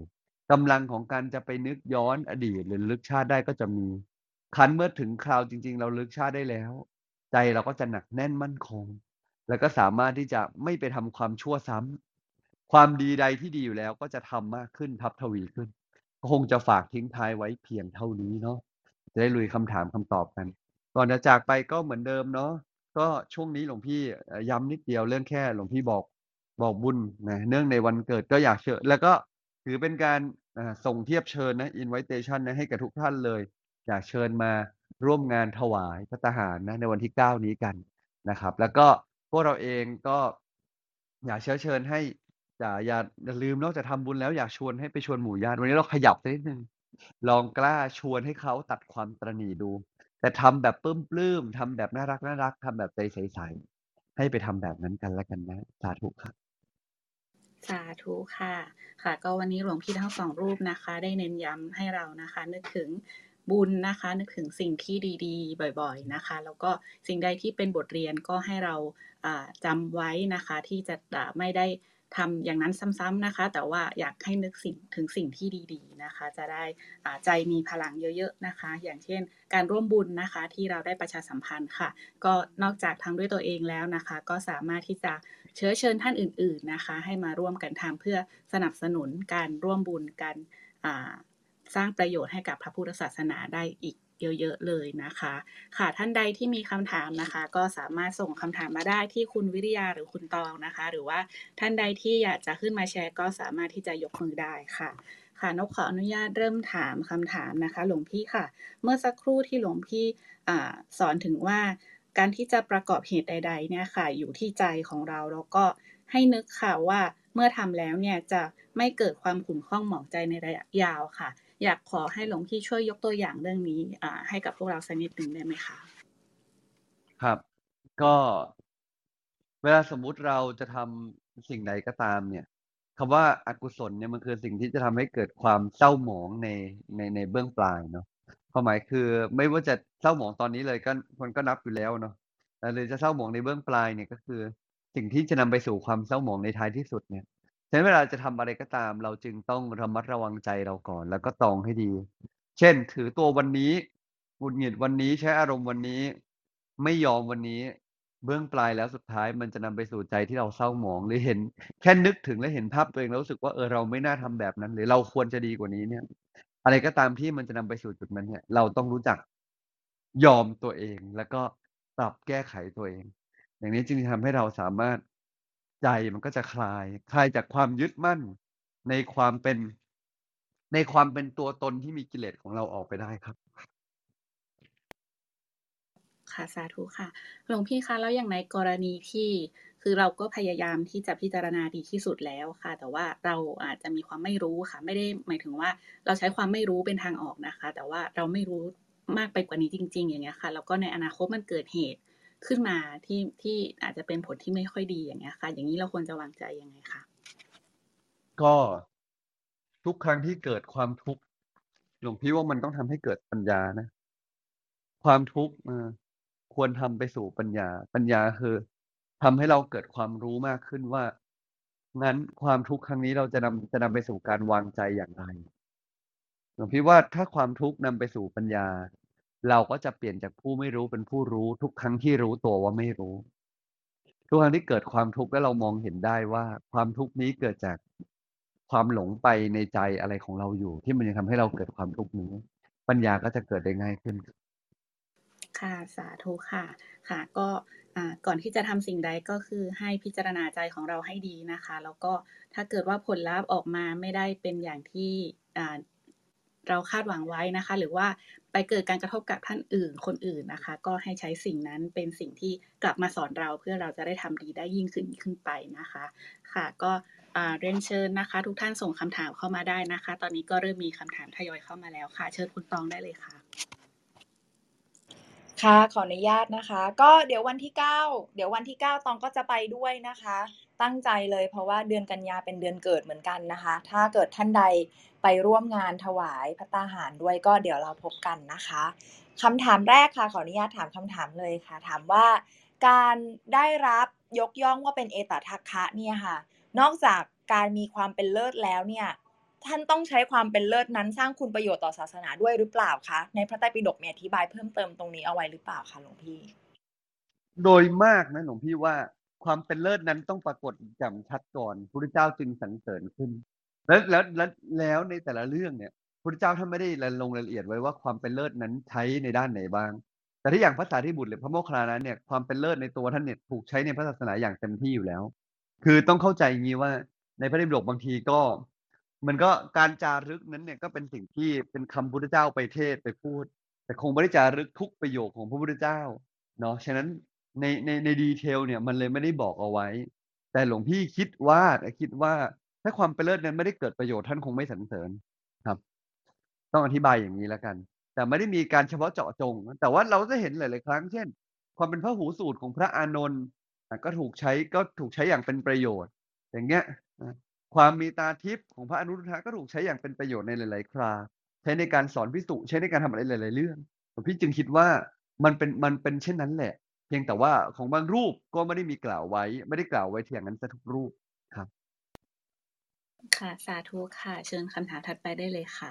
กำลังของการจะไปนึกย้อนอดีตหรือระลึกชาติได้ก็จะมีครั้นเมื่อถึงคราวจริงๆเราระลึกชาติได้แล้วใจเราก็จะหนักแน่นมั่นคงแล้วก็สามารถที่จะไม่ไปทำความชั่วซ้ำความดีใดที่ดีอยู่แล้วก็จะทำมากขึ้นทับทวีขึ้นก็คงจะฝากทิ้งท้ายไว้เพียงเท่านี้เนาะจะได้ลุยคำถามคำตอบกันก่อนจะจากไปก็เหมือนเดิมเนาะก็ช่วงนี้หลวงพี่เอ่อย้ำนิดเดียวเรื่องแค่หลวงพี่บอกบอกบุญนะเนื่องในวันเกิดก็อยากเชิญแล้วก็ถือเป็นการอ่าส่งเทียบเชิญนะ invitation นะให้กับทุกท่านเลยอยากเชิญมาร่วมงานถวายภัตตาหารนะในวันที่เก้านี้กันนะครับแล้วก็พวกเราเองก็อยากเชื้อเชิญให้อย่าอย่าอย่าลืมนอกจากทำบุญแล้วอยากชวนให้ไปชวนหมู่ญาติวันนี้เราขยับสักนิดหนึ่งลองกล้าชวนให้เขาตัดความตระหนี่ดูแต่ทำแบบปลื้มๆทำแบบน่ารักๆทำแบบใจใสๆให้ไปทำแบบนั้นกันแล้วกันนะสาธุครับสาธุค่ะค่ะก็วันนี้หลวงพี่ทั้งสองรูปนะคะได้เน้นย้ำให้เรานะคะนึกถึงบุญนะคะนึกถึงสิ่งที่ดีๆบ่อยๆนะคะแล้วก็สิ่งใดที่เป็นบทเรียนก็ให้เราอ่าจำไว้นะคะที่จะอ่าไม่ได้ทำอย่างนั้นซ้ำๆนะคะแต่ว่าอยากให้นึกสิ่งถึงสิ่งที่ดีๆนะคะจะได้อ่าใจมีพลังเยอะๆนะคะอย่างเช่นการร่วมบุญนะคะที่เราได้ประชาสัมพันธ์ค่ะก็นอกจากทำด้วยตัวเองแล้วนะคะก็สามารถที่จะเชื้อเชิญท่านอื่นๆนะคะให้มาร่วมกันทำเพื่อสนับสนุนการร่วมบุญกันอ่าสร้างประโยชน์ให้กับพระพุทธศาสนาได้อีกเยอะๆเลยนะคะค่ะท่านใดที่มีคำถามนะคะก็สามารถส่งคำถามมาได้ที่คุณวิริยาหรือคุณตองนะคะหรือว่าท่านใดที่อยากจะขึ้นมาแชร์ก็สามารถที่จะยกมือได้ค่ะค่ะนกขออนุญาตเริ่มถามคำถามนะคะหลวงพี่ค่ะเมื่อสักครู่ที่หลวงพี่อ่าสอนถึงว่าการที่จะประกอบเหตุใดๆเนี่ยค่ะอยู่ที่ใจของเราแล้วก็ให้นึกค่ะว่าเมื่อทำแล้วเนี่ยจะไม่เกิดความขุ่นข้องหมองใจในระยะยาวค่ะอยากขอให้หลวงพี่ช่วยยกตัวอย่างเรื่องนี้อ่าให้กับพวกเราสักนิดหนึ่งได้ไหมคะครับก็เวลาสมมุติเราจะทำสิ่งใดก็ตามเนี่ยคำว่าอกุศลเนี่ยมันคือสิ่งที่จะทำให้เกิดความเศร้าหมองในในในเบื้องปลายเนาะความหมายคือไม่ว่าจะเศร้าหมองตอนนี้เลยก็มันก็นับอยู่แล้วเนาะแต่หรือจะเศร้าหมองในเบื้องปลายเนี่ยก็คือสิ่งที่จะนำไปสู่ความเศร้าหมองในท้ายที่สุดเนี่ยฉะนั้นเวลาจะทำอะไรก็ตามเราจึงต้องระมัดระวังใจเราก่อนแล้วก็ตรองให้ดีเช่นถือตัววันนี้หงุดหงิดวันนี้ใช้อารมณ์วันนี้ไม่ยอมวันนี้ เบื้องปลายแล้วสุดท้ายมันจะนำไปสู่ใจที่เราเศร้าหมองหรือเห็นแค่นึกถึงและเห็นภาพตัวเองแล้วรู้สึกว่าเออเราไม่น่าทำแบบนั้นหรือเราควรจะดีกว่านี้เนี่ยอะไรก็ตามที่มันจะนำไปสู่จุดนั้นเนี่ยเราต้องรู้จักยอมตัวเองแล้วก็ปรับแก้ไขตัวเองอย่างนี้จึงทำให้เราสามารถใจมันก็จะคลายคลายจากความยึดมั่นในความเป็นในความเป็นตัวตนที่มีกิเลสของเราออกไปได้ครับค่ะสาธุค่ะหลวงพี่คะแล้วอย่างในกรณีที่คือเราก็พยายามที่จะพิจารณาดีที่สุดแล้วค่ะแต่ว่าเราอาจจะมีความไม่รู้ค่ะไม่ได้หมายถึงว่าเราใช้ความไม่รู้เป็นทางออกนะคะแต่ว่าเราไม่รู้มากไปกว่านี้จริงๆอย่างเงี้ยค่ะแล้วก็ในอนาคตมันเกิดเหตุขึ้นมาที่ที่อาจจะเป็นผลที่ไม่ค่อยดีอย่างเงี้ยค่ะอย่างนี้เราควรจะวางใจยังไงคะก็ทุกครั้งที่เกิดความทุกข์หลวงพี่ว่ามันต้องทำให้เกิดปัญญานะความทุกข์เออควรทำไปสู่ปัญญาปัญญาคือทำให้เราเกิดความรู้มากขึ้นว่างั้นความทุกข์ครั้งนี้เราจะนำจะนำไปสู่การวางใจอย่างไรหลวงพี่ว่าถ้าความทุกข์นำไปสู่ปัญญาเราก็จะเปลี่ยนจากผู้ไม่รู้เป็นผู้รู้ทุกครั้งที่รู้ตัวว่าไม่รู้ ทุกครั้งที่เกิดความทุกข์แล้วเรามองเห็นได้ว่าความทุกข์นี้เกิดจากความหลงไปในใจอะไรของเราอยู่ที่มันยังทำให้เราเกิดความทุกข์นี้ปัญญาก็จะเกิดได้ง่ายขึ้นค่ะสาธุค่ะค่ะก็อ่าก่อนที่จะทำสิ่งใดก็คือให้พิจารณาใจของเราให้ดีนะคะแล้วก็ถ้าเกิดว่าผลลัพธ์ออกมาไม่ได้เป็นอย่างที่อ่าเราคาดหวังไว้นะคะหรือว่าไปเกิดการกระทบกับท่านอื่นคนอื่นนะคะก็ให้ใช้สิ่งนั้นเป็นสิ่งที่กลับมาสอนเราเพื่อเราจะได้ทำดีได้ยิ่งขึ้นขึ้นไปนะคะค่ะก็อ่าเรียนเชิญนะคะทุกท่านส่งคำถามเข้ามาได้นะคะตอนนี้ก็เริ่มมีคำถามทยอยเข้ามาแล้วค่ะเชิญคุณตองได้เลยค่ะค่ะขออนุญาตนะคะก็เดี๋ยววันที่เก้าเดี๋ยววันที่เก้าตองก็จะไปด้วยนะคะตั้งใจเลยเพราะว่าเดือนกันยาเป็นเดือนเกิดเหมือนกันนะคะถ้าเกิดท่านใดไปร่วมงานถวายภัตตาหารด้วยก็เดี๋ยวเราพบกันนะคะคำถามแรกค่ะขออนุญาตถามคำถามเลยค่ะถามว่าการได้รับยกย่องว่าเป็นเอตทัคคะเนี่ยค่ะนอกจากการมีความเป็นเลิศแล้วเนี่ยท่านต้องใช้ความเป็นเลิศนั้นสร้างคุณประโยชน์ต่อศาสนาด้วยหรือเปล่าคะในพระไตรปิฎกมีอธิบายเพิ่มเติมตรงนี้เอาไว้หรือเปล่าคะหลวงพี่โดยมากนะหลวงพี่ว่าความเป็นเลิศนั้นต้องปรากฏแจ่มชัดก่อนพระพุทธเจ้าจึงสรรเสริญขึ้น แล้วแล้วแล้วแล้วในแต่ละเรื่องเนี่ยพระพุทธเจ้าท่านไม่ได้ลงรายละเอียดไว้ว่าความเป็นเลิศนั้นใช้ในด้านไหนบ้าง แต่ที่อย่างพระสารีบุตรหรือพระโมคคัลลานะเนี่ยความเป็นเลิศในตัวท่านเนี่ยถูกใช้ในพระศาสนาอย่างเต็มที่อยู่แล้ว คือต้องเข้าใจอย่างนี้ว่าในพระไตรปิฎกบางทีก็ มันก็การจารึกนั้นเนี่ยก็เป็นสิ่งที่เป็นคำพุทธเจ้าไปเทศน์ไปพูด แต่คงไม่ได้จารึกทุกประโยคของพระพุทธเจ้าเนาะฉะนั้นในในในดีเทลเนี่ยมันเลยไม่ได้บอกเอาไว้ แต่หลวงพี่คิดว่าคิดว่าถ้าความเป็นเลิศนั้นไม่ได้เกิดประโยชน์ท่านคงไม่สรรเสริญครับ ต้องอธิบายอย่างนี้แล้วกัน แต่ไม่ได้มีการเฉพาะเจาะจง แต่ว่าเราจะเห็นหลายๆครั้ง เช่น ความเป็นพหูสูตรของพระอานนท์อ่ะก็ถูกใช้ก็ถูกใช้อย่างเป็นประโยชน์ อย่างเงี้ยนะความมีตาทิพย์ของพระอนุรุทธะก็ถูกใช้อย่างเป็นประโยชน์ในหลาย ๆ ครา ใช้ในการสอนภิกษุใช้ในการทำอะไรหลาย ๆ เรื่องหลวงพี่จึงคิดว่ามันเป็นมันเป็นเช่นนั้นแหละ เพียงแต่ว่าของบางรูปก็ไม่ได้มีกล่าวไว้ ไม่ได้กล่าวไว้อย่างนั้นซะทุกรูปครับค่ะสาธุค่ะ เชิญคำถามถัดไปได้เลยค่ะ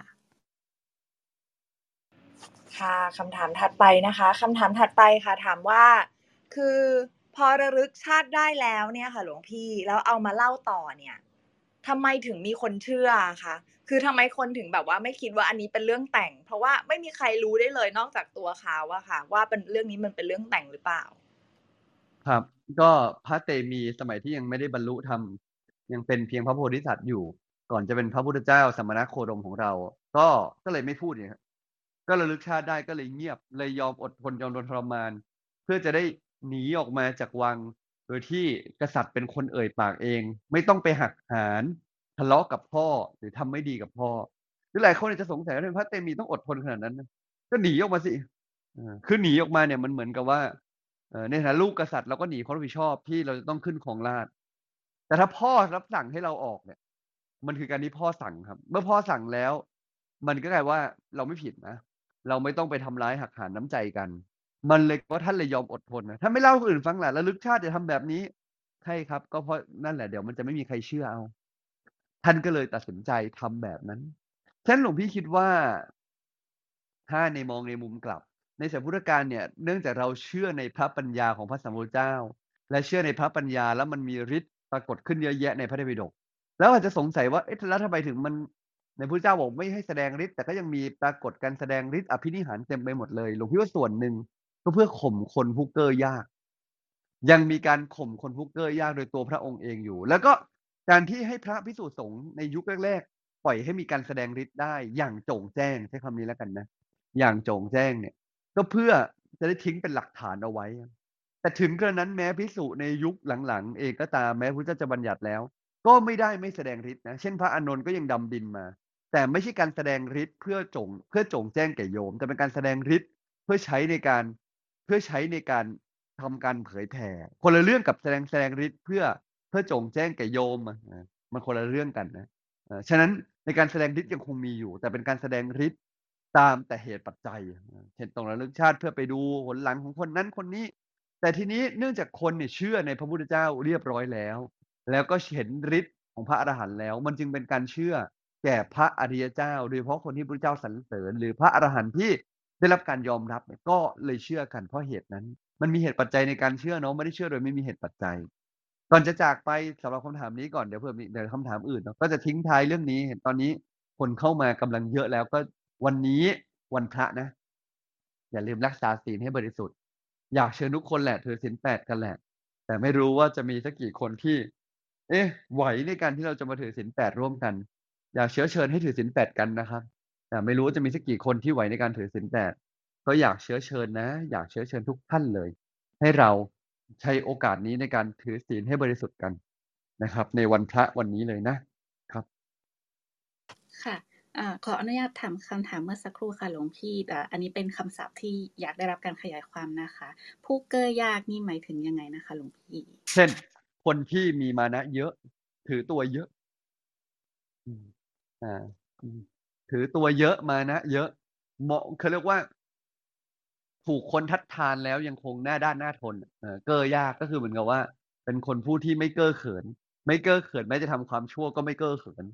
ค่ะคำถามถัดไปนะคะคำถามถัดไปค่ะถามว่าคือพอระลึกชาติได้แล้วเนี่ยค่ะหลวงพี่แล้วเอามาเล่าต่อเนี่ยทำไมถึงมีคนเชื่อคะคือทำไมคนถึงแบบว่าไม่คิดว่าอันนี้เป็นเรื่องแต่ง เพราะว่าไม่มีใครรู้ได้เลยนอกจากตัวเขาอะค่ะว่าเป็นเรื่องนี้มันเป็นเรื่องแต่งหรือเปล่าครับก็พระเตมีสมัยที่ยังไม่ได้บรรลุธรรมยังเป็นเพียงพระโพธิสัตว์อยู่ ก่อนจะเป็นพระพุทธเจ้าสมณโคดมของเรา ก็ก็เลยไม่พูดเนี่ยครับก็ระลึกชาติได้ก็เลยเงียบเลยยอมอดทนยอมทนทรมาน เพื่อจะได้หนีออกมาจากวัง โดยที่กษัตริย์เป็นคนเอ่ยปากเอง ไม่ต้องไปหักหานทะเลาะกับพ่อหรือทำไม่ดีกับพ่อหรือหลายคนอาจจะสงสัยว่าทำไมพระเตมีต้องอดทนขนาดนั้นนะก็หนีออกมาสิเออคือหนีออกมาเนี่ยมันเหมือนกับว่า เอ่อในฐานะลูกกษัตริย์เราก็หนีความรับผิดชอบที่เราจะต้องขึ้นครองราชย์แต่ถ้าพ่อรับสั่งให้เราออกเนี่ยมันคือการที่พ่อสั่งครับ เมื่อพ่อสั่งแล้ว มันก็กลายว่าเราไม่ผิดนะ เราไม่ต้องไปทำร้ายหักหานน้ำใจกัน มันเลยว่าท่านเลยยอมอดทนนะถ้าไม่เล่าให้คนอื่นฟังแหละระลึกชาติจะทำแบบนี้ใช่ครับ ก็เพราะนั่นแหละเดี๋ยวมันจะไม่มีใครเชื่อเอา ท่านก็เลยตัดสินใจทำแบบนั้นฉะนั้นหลวงพี่คิดว่า ถ้าในมองในมุมกลับ ในสมัยพุทธกาลเนี่ยเนื่องจากเราเชื่อในพระปัญญาของพระสัมมาสัมพุทธเจ้า และเชื่อในพระปัญญาแล้วมันมีฤทธิ์ปรากฏขึ้นเยอะแยะในพระไตรปิฎกแล้วอาจจะสงสัยว่าเอ๊ะแล้วทำไมถึงมันในพระพุทธเจ้าบอกไม่ให้แสดงฤทธิ์แต่ก็ยังมีปรากฏการแสดงฤทธิ์อภินิหารเต็มไปหมดเลยหลวงพี่ว่าส่วนหนึ่งก็เพื่อข่มคนผู้เก้อยาก ยังมีการข่มคนผู้เก้อยากโดยตัวพระองค์เองอยู่ แล้วก็การที่ให้พระภิกษุสงฆ์ในยุคแรกๆปล่อยให้มีการแสดงฤทธิ์ได้อย่างโจ่งแจ้งใช้คำนี้แล้วกันนะ อย่างโจ่งแจ้งเนี่ยก็เพื่อจะได้ทิ้งเป็นหลักฐานเอาไว้ แต่ถึงกระนั้นแม้ภิกษุในยุคหลังๆเองก็ตามแม้พระพุทธเจ้าจะบัญญัติแล้ว ก็ไม่ได้ไม่แสดงฤทธิ์นะเช่นพระอานนท์ก็ยังดำดินมา แต่ไม่ใช่การแสดงฤทธิ์เพื่อจงเพื่อโจ่งแจ้งแก่โยมแต่เป็นการแสดงฤทธิ์เพื่อใช้ในการเพื่อใช้ในการทำการเผยแผ่คนละเรื่องกับแสดงแสดงฤทธิ์เพื่อเพื่อโจ่งแจ้งแก่โยมอะนะมันคนละเรื่องกันนะเอ่อฉะนั้นในการแสดงฤทธิ์ยังคงมีอยู่ แต่เป็นการแสดงฤทธิ์ตามแต่เหตุปัจจัยเช่นต้องระลึกชาติเพื่อไปดูหนหลังของคนนั้นคนนี้ แต่ทีนี้เนื่องจากคนเนี่ยเชื่อในพระพุทธเจ้าเรียบร้อยแล้ว แล้วก็เห็นฤทธิ์ของพระอรหันต์แล้ว มันจึงเป็นการเชื่อแก่พระอริยเจ้าโดยเฉพาะคนที่พระพุทธเจ้าสรรเสริญหรือพระอรหันต์ที่ได้รับการยอมรับเนี่ยก็เลยเชื่อกันเพราะเหตุนั้น มันมีเหตุปัจจัยในการเชื่อเนาะไม่ได้เชื่อโดยไม่มีเหตุปัจจัย ก่อนจะจากไปสำหรับคำถามนี้ก่อนเดี๋ยวเผื่อมีเดี๋ยวคำถามอื่นเนาะก็จะทิ้งท้ายเรื่องนี้เห็นตอนนี้คนเข้ามากำลังเยอะแล้วก็วันนี้วันพระนะ อย่าลืมรักษาศีลให้บริสุทธิ์อยากเชิญทุกคนแหละถือศีลแปดกันแหละ แต่ไม่รู้ว่าจะมีสักกี่คนที่ เอ๊ะไหวในการที่เราจะมาถือศีลแปดร่วมกัน อยากเชื้อเชิญให้ถือศีลแปดกันนะครับ แต่ไม่รู้ว่าจะมีสักกี่คนที่ไหวในการถือศีลแปดก็อยากเชื้อเชิญนะ อยากเชื้อเชิญทุกท่านเลย ให้เราใช้โอกาสนี้ในการถือศีลให้บริสุทธิ์กันนะครับ ในวันพระวันนี้เลยนะครับค่ะอ่าขออนุญาตถามคำถามเมื่อสักครู่ค่ะหลวงพี่แต่อันนี้เป็นคำศัพท์ที่อยากได้รับการขยายความนะคะ ผู้เก้อยากนี่หมายถึงยังไงนะคะหลวงพี่เช่น คนที่มีมานะเยอะ ถือตัวเยอะ อืมอ่าอืมถือตัวเยอะมานะเยอะเหมาะเขาเรียกว่า ถูกคนทัดทานแล้วยังคงหน้าด้านหน้าทนเออเก้อยากก็คือเหมือนกับว่า เป็นคนผู้ที่ไม่เก้อเขิน ไม่เก้อเขินแม้จะทำความชั่วก็ไม่เก้อเขิน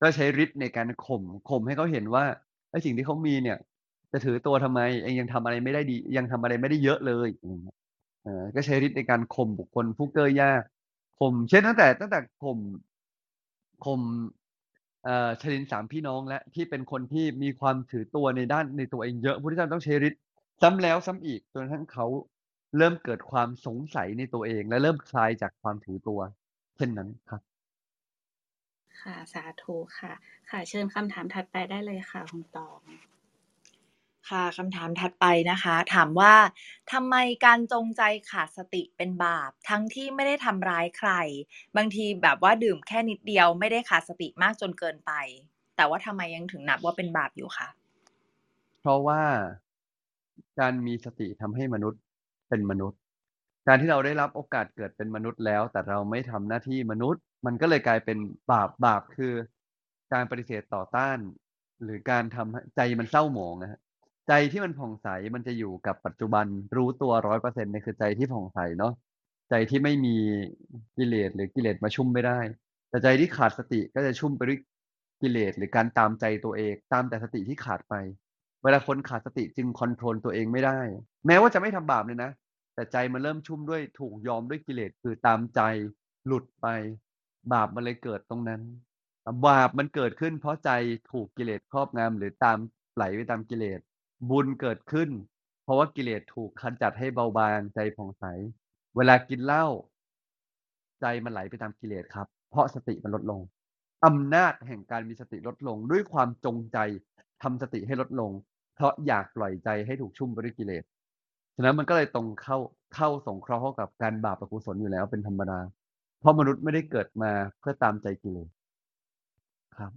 ก็ใช้ฤทธิ์ในการข่มข่มให้เขาเห็นว่าไอ้สิ่งที่เขามีเนี่ยจะถือตัวทำไมเองยังทำอะไรไม่ได้ดียังทำอะไรไม่ได้เยอะเลยอะไรเงี้ยเออก็ใช้ฤทธิ์ในการข่มบุคคลผู้เก้อยากข่มเช่นตั้งแต่ตั้งแต่ข่มข่มเอ่อชลินสามพี่น้องแล้วที่เป็นคนที่มีความถือตัวในด้านในตัวเองเยอะพระพุทธเจ้าต้องใช้ฤทธิ์ซ้ำแล้วซ้ำอีกจนกระทั่งเขาเริ่มเกิดความสงสัยในตัวเองและเริ่มคลายจากความถือตัวเช่นนั้นครับค่ะสาธุค่ะค่ะเชิญคำถามถัดไปได้เลยค่ะคุณตองค่ะคำถามถัดไปนะคะ ถามว่าทำไมการจงใจขาดสติเป็นบาป ทั้งที่ไม่ได้ทำร้ายใคร บางทีแบบว่าดื่มแค่นิดเดียวไม่ได้ขาดสติมากจนเกินไป แต่ว่าทำไมยังถึงนับว่าเป็นบาปอยู่คะเพราะว่าการมีสติทำให้มนุษย์เป็นมนุษย์การที่เราได้รับโอกาสเกิดเป็นมนุษย์แล้ว แต่เราไม่ทำหน้าที่มนุษย์ มันก็เลยกลายเป็นบาปบาปคือการปฏิเสธต่อต้าน หรือการทำให้ใจมันเศร้าหมองนะฮะใจที่มันผ่องใสมันจะอยู่กับปัจจุบันรู้ตัวร้อยเปอร์เซ็นต์เนี่ยคือใจที่ผ่องใสเนาะใจที่ไม่มีกิเลสหรือกิเลสมาชุ่มไม่ได้ แต่ใจที่ขาดสติก็จะชุ่มไปด้วยกิเลสหรือการตามใจตัวเองตามแต่สติที่ขาดไป เวลาคนขาดสติจึงคอนโทรลตัวเองไม่ได้ แม้ว่าจะไม่ทำบาปเลยนะ แต่ใจมันเริ่มชุ่มด้วยถูกยอมด้วยกิเลสคือตามใจหลุดไป บาปมันเลยเกิดตรงนั้น บาปมันเกิดขึ้นเพราะใจถูกกิเลสครอบงำหรือตามไหลไปตามกิเลสบุญเกิดขึ้น เพราะว่ากิเลสถูกขจัดให้เบาบางใจผ่องใส เวลากินเหล้าใจมันไหลไปตามกิเลสครับ เพราะสติมันลดลง อำนาจแห่งการมีสติลดลงด้วยความจงใจทำสติให้ลดลง เพราะอยากปล่อยใจให้ถูกชุ่มไปด้วยกิเลสฉะนั้นมันก็เลยตรงเข้าเข้าสงเคราะห์เข้ากับการบาปอกุศลอยู่แล้วเป็นธรรมดา เพราะมนุษย์ไม่ได้เกิดมาเพื่อตามใจกิเลสครับ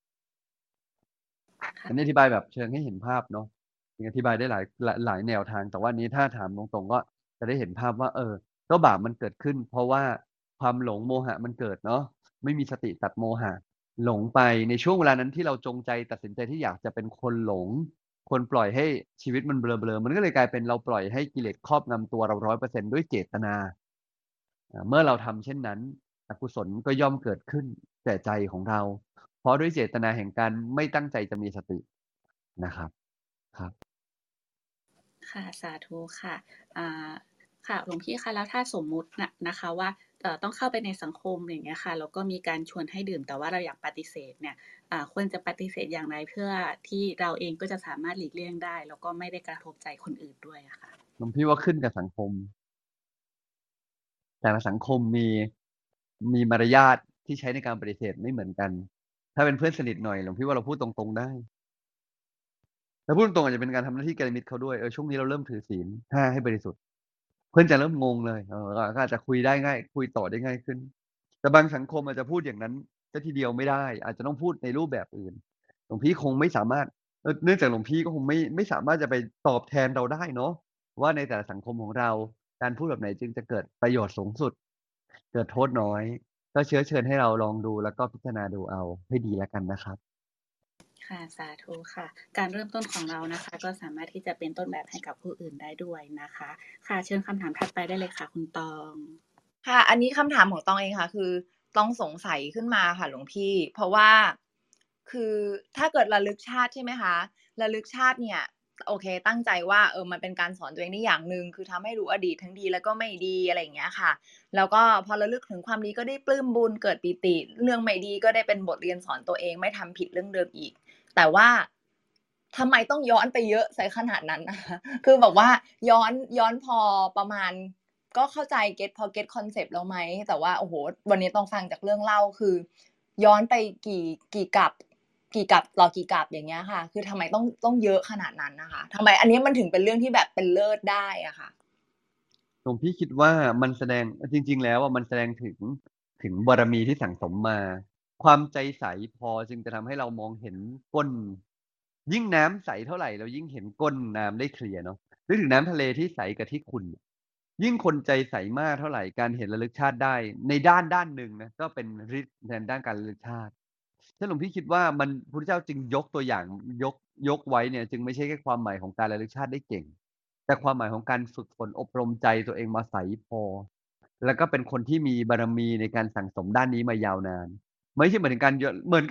อันนี้อธิบายแบบเชิงให้เห็นภาพเนาะจริงอธิบายได้หลายหลายหลายแนวทาง แต่ว่านี้ถ้าถามตรงๆก็จะได้เห็นภาพว่า เออ ก็บาปมันเกิดขึ้น เพราะว่าความหลงโมหะมันเกิดเนาะไม่มีสติตัดโมหะ หลงไปในช่วงเวลานั้นที่เราจงใจตัดสินใจที่อยากจะเป็นคนหลง คนปล่อยให้ชีวิตมันเบลอๆมันก็เลยกลายเป็นเราปล่อยให้กิเลสครอบงำตัวเราร้อยเปอร์เซ็นต์ด้วยเจตนาอ่าเมื่อเราทำเช่นนั้นอกุศลก็ย่อมเกิดขึ้นแก่ใจของเรา เพราะด้วยเจตนาแห่งการไม่ตั้งใจจะมีสตินะครับครับค่ะสาธุค่ะอ่าค่ะหลวงพี่คะแล้วถ้าสมมุตินะนะคะว่าเอ่อต้องเข้าไปในสังคมอย่างเงี้ยค่ะแล้วก็มีการชวนให้ดื่มแต่ว่าเราอยากปฏิเสธเนี่ยอ่าควรจะปฏิเสธอย่างไรเพื่อที่เราเองก็จะสามารถหลีกเลี่ยงได้ แล้วก็ไม่ได้กระทบใจคนอื่นด้วยอะค่ะหลวงพี่ว่าขึ้นกับสังคม แต่ละสังคมมีมีมารยาทที่ใช้ในการปฏิเสธไม่เหมือนกัน ถ้าเป็นเพื่อนสนิทหน่อยหลวงพี่ว่าเราพูดตรงๆได้แล้วพูดตรงๆอาจจะเป็นการทำหน้าที่กัลยาณมิตรเขาด้วยเออช่วงนี้เราเริ่มถือศีลห้าให้บริสุทธิ์เพื่อนจะเริ่มงงเลยเออก็อาจจะคุยได้ง่ายคุยต่อได้ง่ายขึ้นแต่บางสังคมอาจจะพูดอย่างนั้นซะทีเดียวไม่ได้อาจจะต้องพูดในรูปแบบอื่นหลวงพี่คงไม่สามารถเออเนื่องจากหลวงพี่ก็คงไม่ไม่สามารถจะไปตอบแทนเราได้เนาะว่าในแต่ละสังคมของเราการพูดแบบไหนจึงจะเกิดประโยชน์สูงสุดเกิดโทษน้อยก็เชื้อเชิญให้เราลองดูแล้วก็พิจารณาดูเอาให้ดีแล้วกันนะครับค่ะสาธุค่ะ การเริ่มต้นของเรานะคะ ก็สามารถที่จะเป็นต้นแบบให้กับผู้อื่นได้ด้วยนะคะ ค่ะเชิญคำถามถัดไปได้เลยค่ะคุณตองค่ะ อันนี้คำถามของตองเองค่ะ คือต้องสงสัยขึ้นมาค่ะหลวงพี่ เพราะว่าคือถ้าเกิดระลึกชาติใช่ไหมคะระลึกชาติเนี่ยโอเคตั้งใจว่าเออมันเป็นการสอนตัวเองได้อย่างหนึ่งคือทำให้รู้อดีตทั้งดีแล้วก็ไม่ดีอะไรอย่างเงี้ยค่ะแล้วก็พอระลึกถึงความดีก็ได้ปลื้มบุญเกิดปิติเรื่องไม่ดีก็ได้เป็นบทเรียนสอนตัวเองไม่ทำผิดเรื่องเดิมอีก แต่ว่าทำไมต้องย้อนไปเยอะใส่ขนาดนั้นนะคะคือแบบว่าย้อนย้อนพอประมาณก็เข้าใจเก็ตพอเก็ตคอนเซปต์แล้วไหมแต่ว่าโอ้โหวันนี้ต้องฟังจากเรื่องเล่าคือ ย้อนไปกี่กี่กับกี่กับต่อกี่กับอย่างเงี้ยค่ะคือทำไมต้องต้องเยอะขนาดนั้นนะคะทำไมอันนี้มันถึงเป็นเรื่องที่แบบเป็นเลิศได้อะค่ะหลวงพี่คิดว่ามันแสดงจริงๆแล้วอ่ะมันแสดงถึงถึงบารมีที่สั่งสมมา ความใจใสพอจึงจะทำให้เรามองเห็นก้นยิ่งน้ำใสเท่าไหร่เรายิ่งเห็นก้นน้ำได้เคลียร์เนาะนึกถึงน้ำทะเลที่ใสกับที่ขุ่นยิ่งคนใจใสมากเท่าไหร่การเห็นระลึกชาติได้ในด้านด้านหนึ่งนะก็เป็นฤทธิ์ในด้านการระลึกชาติถ้าหลวงพี่คิดว่ามันพระพุทธเจ้าจึงยกตัวอย่างยกยกไว้เนี่ยจึงไม่ใช่แค่ความหมายของการระลึกชาติได้เก่งแต่ความหมายของการฝึกฝนอบรมใจตัวเองมาใสพอแล้วก็เป็นคนที่มีบารมีในการสั่งสมด้านนี้มายาวนาน ไม่ใช่เหมือนถึงการเยอะเหมือนกับ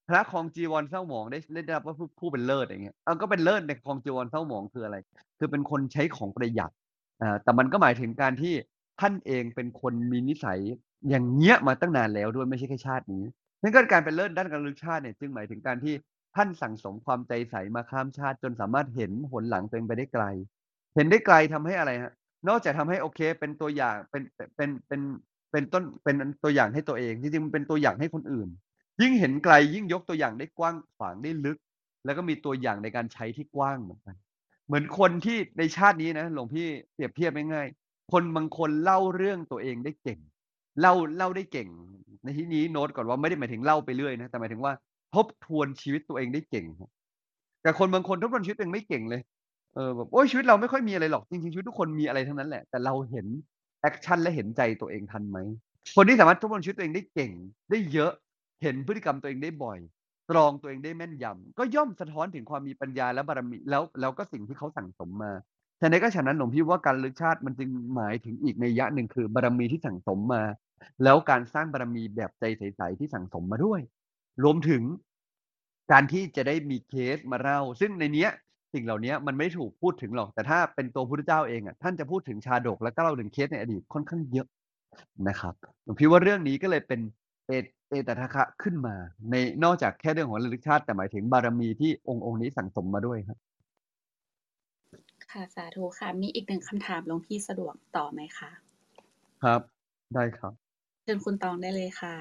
พระครองจีวรเศร้าหมองได้ได้รับว่าผู้ผู้เป็นเลิศอย่างเงี้ยเอาก็เป็นเลิศในครองจีวรเศร้าหมองคืออะไรคือเป็นคนใช้ของประหยัดอ่าแต่มันก็หมายถึงการที่ท่านเองเป็นคนมีนิสัยอย่างเงี้ยมาตั้งนานแล้วด้วยไม่ใช่แค่ชาตินี้นั่นก็การเป็นเลิศด้านการระลึกชาติเนี่ยจึงหมายถึงการที่ท่านสั่งสมความใจใสมาข้ามชาติจนสามารถเห็นหนหลังตัวเองไปได้ไกลเห็นได้ไกลทำให้อะไรฮะนอกจากทำให้โอเคเป็นตัวอย่างเป็นเป็นเป็นเป็นต้นเป็นตัวอย่างให้ตัวเองจริงๆมันเป็นตัวอย่างให้คนอื่น ยิ่งเห็นไกลยิ่งยกตัวอย่างได้กว้างขวางได้ลึก แล้วก็มีตัวอย่างในการใช้ที่กว้างเหมือนกันเหมือนคนที่ในชาตินี้นะหลวงพี่เปรียบเทียบง่ายๆคนบางคนเล่าเรื่องตัวเองได้เก่งเล่าเล่าได้เก่งในที่นี้โน้ตก่อนว่าไม่ได้หมายถึงเล่าไปเรื่อยนะแต่หมายถึงว่าทบทวนชีวิตตัวเองได้เก่งครับแต่คนบางคนทบทวนชีวิตตัวเองไม่เก่งเลยเออแบบโอ๊ยชีวิตเราไม่ค่อยมีอะไรหรอกจริงๆชีวิตทุกคนมีอะไรทั้งนั้นแหละแต่เราเห็นแอกชันและเห็นใจตัวเองทันไหมคนที่สามารถทบทวนชีวิตตัวเองได้เก่งได้เยอะ เห็นพฤติกรรมตัวเองได้บ่อยตรองตัวเองได้แม่นยำก็ย่อมสะท้อนถึงความมีปัญญาและบารมีแล้วแล้วก็สิ่งที่เขาสั่งสมมาฉะนั้นก็ฉะนั้นหลวงพี่ว่าการระลึกชาติมันจึงหมายถึงอีกนัยยะหนึ่งคือบารมีที่สั่งสมมาแล้วการสร้างบารมีแบบใจใสๆที่สั่งสมมาด้วยรวมถึงการที่จะได้มีเคสมาเล่าซึ่งในเนี้ยสิ่งเหล่านี้มันไม่ถูกพูดถึงหรอกแต่ถ้าเป็นตัวพุทธเจ้าเองอ่ะท่านจะพูดถึงชาดกแล้วก็เล่าถึงเคสในอดีตค่อนข้างเยอะนะครับผมคิดว่าเรื่องนี้ก็เลยเป็น เอเอตทัคคะขึ้นมาในนอกจากแค่เรื่องของระลึกชาติแต่หมายถึงบารมีที่องค์องค์นี้สั่งสมมาด้วยครับค่ะสาธุค่ะมีอีกหนึ่งคำถามหลวงพี่สะดวกต่อไหมคะครับ ได้ครับเชิญคุณตองได้เลยค่ะ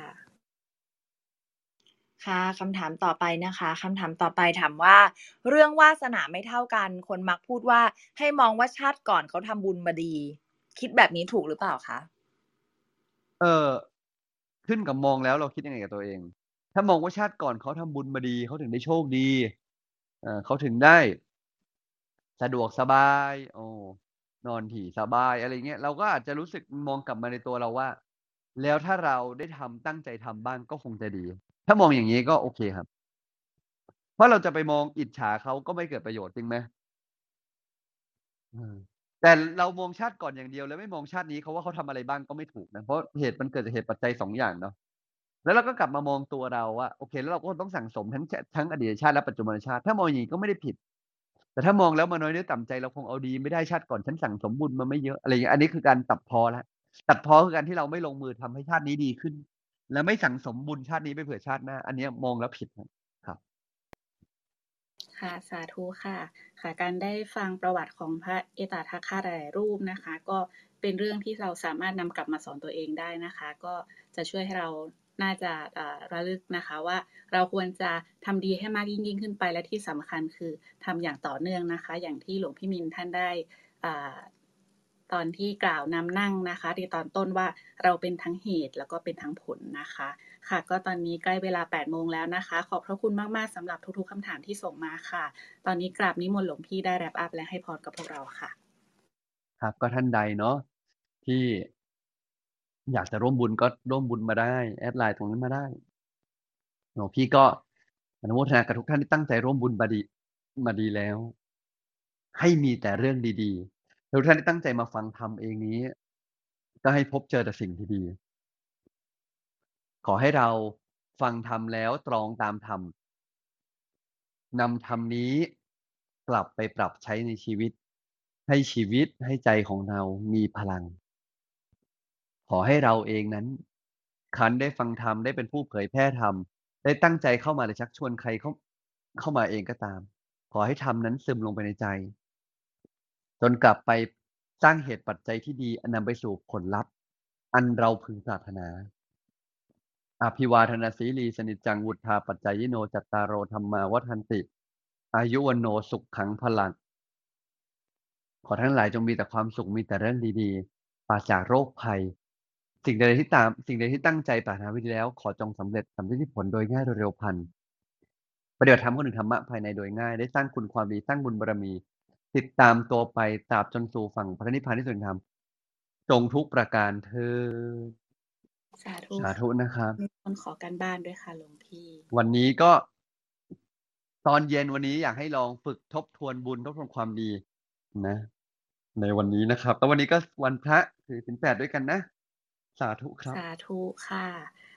ค่ะคำถามต่อไปนะคะคำถามต่อไปถามว่า เรื่องวาสนาไม่เท่ากัน คนมักพูดว่าให้มองว่าชาติก่อนเขาทำบุญมาดี คิดแบบนี้ถูกหรือเปล่าคะเออขึ้นกับมองแล้วเราคิดยังไงกับตัวเอง ถ้ามองว่าชาติก่อนเขาทำบุญมาดีเขาถึงได้โชคดีเออเขาถึงได้สะดวกสบายโอ้นอนถี่สบายอะไรเงี้ยเราก็อาจจะรู้สึกมองกลับมาในตัวเราว่า แล้วถ้าเราได้ทำตั้งใจทำบ้างก็คงจะดี ถ้ามองอย่างนี้ก็โอเคครับ เพราะเราจะไปมองอิจฉาเขาก็ไม่เกิดประโยชน์จริงไหมอืมแต่เรามองชาติก่อนอย่างเดียวแล้วไม่มองชาตินี้เขาว่าเขาทำอะไรบ้างก็ไม่ถูกนะเพราะเหตุมันเกิดจากเหตุปัจจัยสองอย่างเนาะแล้วเราก็กลับมามองตัวเราว่าโอเคแล้วเราก็ต้องสั่งสมทั้งชทั้งอดีตชาติและปัจจุบันชาติถ้ามองอย่างนี้ก็ไม่ได้ผิด แต่ถ้ามองแล้วมาน้อยเนื้อต่ำใจเราคงเอาดีไม่ได้ชาติก่อนฉันสั่งสมบุญมาไม่เยอะอะไรอย่างเงี้ยอันนี้คือการตัดพ้อแล้วตัดพ้อคือการที่เราไม่ลงมือทำให้ชาตินี้ดีขึ้น และไม่สั่งสมบุญชาตินี้ไปเผื่อชาติหน้า อันเนี้ยมองแล้วผิดนะครับค่ะสาธุค่ะค่ะการได้ฟังประวัติของพระเอตทัคคะหลายๆรูปนะคะ ก็เป็นเรื่องที่เราสามารถนำกลับมาสอนตัวเองได้นะคะ ก็จะช่วยให้เราน่าจะเอ่อระลึกนะคะว่าเราควรจะทำดีให้มากยิ่งยิ่งขึ้นไปและที่สำคัญคือทำอย่างต่อเนื่องนะคะ อย่างที่หลวงพี่มินท่านได้อ่าตอนที่กล่าวนำนั่งนะคะในตอนต้นว่าเราเป็นทั้งเหตุแล้วก็เป็นทั้งผลนะคะ ค่ะก็ตอนนี้ใกล้เวลาแปดโมงแล้วนะคะ ขอบพระคุณมากๆสำหรับทุกๆคำถามที่ส่งมาค่ะ ตอนนี้กราบนิมนต์หลวงพี่ได้แรปอัพและให้พรกับพวกเราค่ะครับก็ท่านใดเนาะที่อยากจะร่วมบุญก็ร่วมบุญมาได้แอดไลน์ตรงนั้นมาได้หลวงพี่ก็อนุโมทนากับทุกท่านที่ตั้งใจร่วมบุญมาดีมาดีแล้ว ให้มีแต่เรื่องดีๆทุกท่านที่ตั้งใจมาฟังธรรมเองนี้ ก็ให้พบเจอแต่สิ่งที่ดี ขอให้เราฟังธรรมแล้วตรองตามธรรมนำธรรมนี้กลับไปปรับใช้ในชีวิต ให้ชีวิตให้ใจของเรามีพลัง ขอให้เราเองนั้นคันได้ฟังธรรมได้เป็นผู้เผยแพร่ธรรมได้ตั้งใจเข้ามาหรือชักชวนใครเข้าเข้ามาเองก็ตาม ขอให้ธรรมนั้นซึมลงไปในใจ จนกลับไปสร้างเหตุปัจจัยที่ดีอันนำไปสู่ผลลัพธ์ อันเราพึงปรารถนา อภิวาทนาสีลีสนิจจังวุฒาปัจจายโนจัตตารโอธรรมาวัฏันติ อายุวันโนสุขขังพลัง ขอท่านหลายจงมีแต่ความสุขมีแต่เรื่องดีๆปราศจากโรคภัย สิ่งใดที่ตามสิ่งใดที่ตั้งใจปรารถนาไว้ดีแล้ว ขอจงสำเร็จสำเร็จที่ผลโดยง่ายโดยเร็วพลันปฏิบัติธรรมคนหนึ่งธรรมะภายในโดยง่ายได้สร้างคุณความดีสร้างบุญบารมี ติดตามตัวไปตราบจนสู่ฝั่งพระนิพพานที่สุดธรรมจงทุกประการเธอสาธุสาธุนะครับมีคนขอการบ้านด้วยค่ะหลวงพี่วันนี้ก็ตอนเย็นวันนี้อยากให้ลองฝึกทบทวนบุญทบทวนความดีนะ ในวันนี้นะครับแล้ววันนี้ก็วันพระถือศีลแปดด้วยกันนะ สาธุครับสาธุค่ะ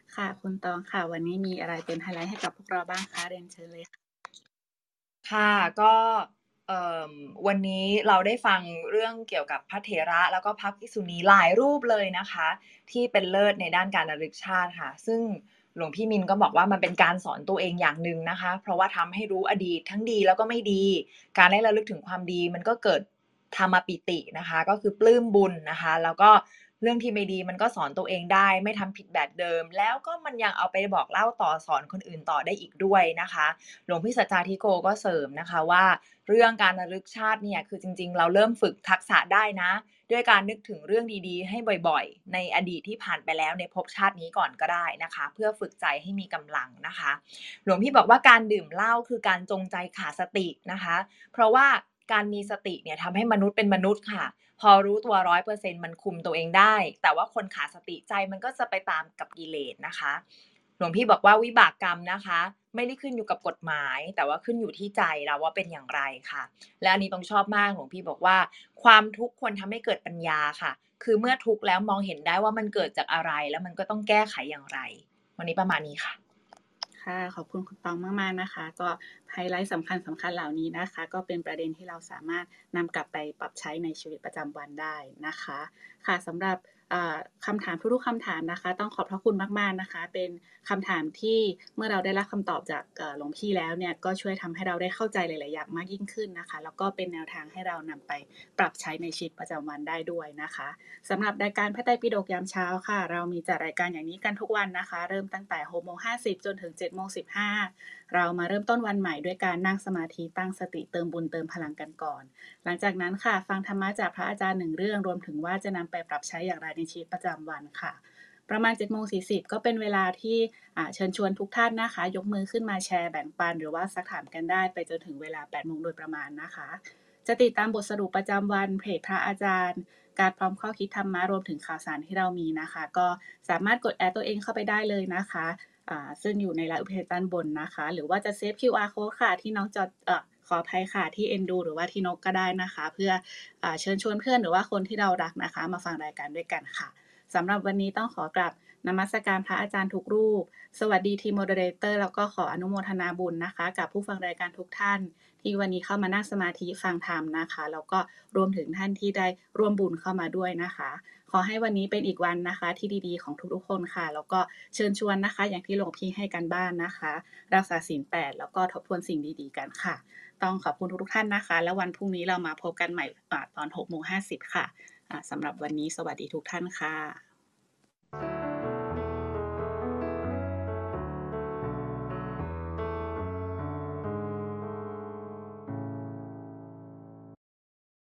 ค่ะคุณตองค่ะวันนี้มีอะไรเป็นไฮไลท์ให้กับพวกเราบ้างคะเรียนเชิญเลยค่ะค่ะก็เอ่อวันนี้เราได้ฟังเรื่องเกี่ยวกับพระเถระแล้วก็พระภิกษุณีหลายรูปเลยนะคะที่เป็นเลิศในด้านการระลึกชาติค่ะซึ่งหลวงพี่มินก็บอกว่ามันเป็นการสอนตัวเองอย่างหนึ่งนะคะเพราะว่าทำให้รู้อดีตทั้งดีแล้วก็ไม่ดีการได้ระลึกถึงความดีมันก็เกิดธรรมปิตินะคะก็คือปลื้มบุญนะคะแล้วก็เรื่องที่ไม่ดีมันก็สอนตัวเองได้ไม่ทำผิดแบบเดิมแล้วก็มันยังเอาไปบอกเล่าต่อสอนคนอื่นต่อได้อีกด้วยนะคะหลวงพี่สัจจาธิโกก็เสริมนะคะว่าเรื่องการระลึกชาติเนี่ยคือจริงๆเราเริ่มฝึกทักษะได้นะด้วยการนึกถึงเรื่องดีๆให้บ่อยๆในอดีตที่ผ่านไปแล้วในภพชาตินี้ก่อนก็ได้นะคะเพื่อฝึกใจให้มีกำลังนะคะหลวงพี่บอกว่าการดื่มเหล้าคือการจงใจขาดสตินะคะเพราะว่าการมีสติเนี่ยทำให้มนุษย์เป็นมนุษย์ค่ะพอรู้ตัว ร้อยเปอร์เซ็นต์ มันคุมตัวเองได้แต่ว่าคนขาดสติใจมันก็จะไปตามกับกิเลสนะคะหลวงพี่บอกว่าวิบากกรรมนะคะไม่ได้ขึ้นอยู่กับกฎหมายแต่ว่าขึ้นอยู่ที่ใจเราว่าเป็นอย่างไรค่ะและอันนี้ต้องชอบมากหลวงพี่บอกว่าความทุกข์ควรทำให้เกิดปัญญาค่ะคือเมื่อทุกข์แล้วมองเห็นได้ว่ามันเกิดจากอะไรแล้วมันก็ต้องแก้ไขอย่างไรวันนี้ประมาณนี้ค่ะค่ะขอบคุณคุณตองมากๆนะคะก็ไฮไลท์สำคัญสำคัญเหล่านี้นะคะก็เป็นประเด็นที่เราสามารถนำกลับไปปรับใช้ในชีวิตประจำวันได้นะคะค่ะสำหรับคำถามทุกๆคำถามนะคะต้องขอบพระคุณมากๆนะคะเป็นคำถามที่เมื่อเราได้รับคำตอบจากหลวงพี่แล้วเนี่ยก็ช่วยทำให้เราได้เข้าใจหลายๆอย่างมากยิ่งขึ้นนะคะแล้วก็เป็นแนวทางให้เรานำไปปรับใช้ในชีวิตประจำวันได้ด้วยนะคะสำหรับรายการพระไตรปิฎกยามเช้าค่ะเรามีจัดรายการอย่างนี้กันทุกวันนะคะเริ่มตั้งแต่หกโมงห้าสิบจนถึงเจ็ดโมงสิบห้าเรามาเริ่มต้นวันใหม่ด้วยการนั่งสมาธิตั้งสติเติมบุญเติมพลังกันก่อนหลังจากนั้นค่ะฟังธรรมะจากพระอาจารย์หนึ่งเรื่องรวมถึงว่าจะนำไปปรับใช้อย่างไรในชีวิตประจำวันค่ะประมาณ เจ็ดโมงสี่สิบ ก็เป็นเวลาที่เชิญชวนทุกท่านนะคะยกมือขึ้นมาแชร์แบ่งปันหรือว่าซักถามกันได้ไปจนถึงเวลา แปดโมงโดยประมาณนะคะจะติดตามบทสรุปประจำวันเพจพระอาจารย์การพร้อมข้อคิดธรรมะรวมถึงข่าวสารที่เรามีนะคะก็สามารถกดแอดตัวเองเข้าไปได้เลยนะคะซึ่งอยู่ในรายละเอียดด้านบนนะคะหรือว่าจะเซฟ คิว อาร์ code ค่ะที่น้องจอดขออภัยค่ะที่เอ็นดูหรือว่าที่นกก็ได้นะคะเพื่อเชิญชวนเพื่อนหรือว่าคนที่เรารักนะคะมาฟังรายการด้วยกันค่ะสำหรับวันนี้ต้องขอกราบนมัสการพระอาจารย์ทุกรูปสวัสดีทีมโมเดเลเตอร์แล้วก็ขออนุโมทนาบุญนะคะกับผู้ฟังรายการทุกท่านที่วันนี้เข้ามานั่งสมาธิฟังธรรมนะคะแล้วก็รวมถึงท่านที่ได้ร่วมบุญเข้ามาด้วยนะคะขอให้วันนี้เป็นอีกวันนะคะที่ดีๆของทุกๆคนค่ะแล้วก็เชิญชวนนะคะอย่างที่หลวงพี่ให้กันบ้านนะคะรักษาศีลแปดแล้วก็ทบทวนสิ่งดีๆกันค่ะต้องขอบคุณทุกๆท่านนะคะแล้ววันพรุ่งนี้เรามาพบกันใหม่ตอน หกโมงห้าสิบ ค่ะสำหรับวันนี้สวัสดีทุกท่านค่ะ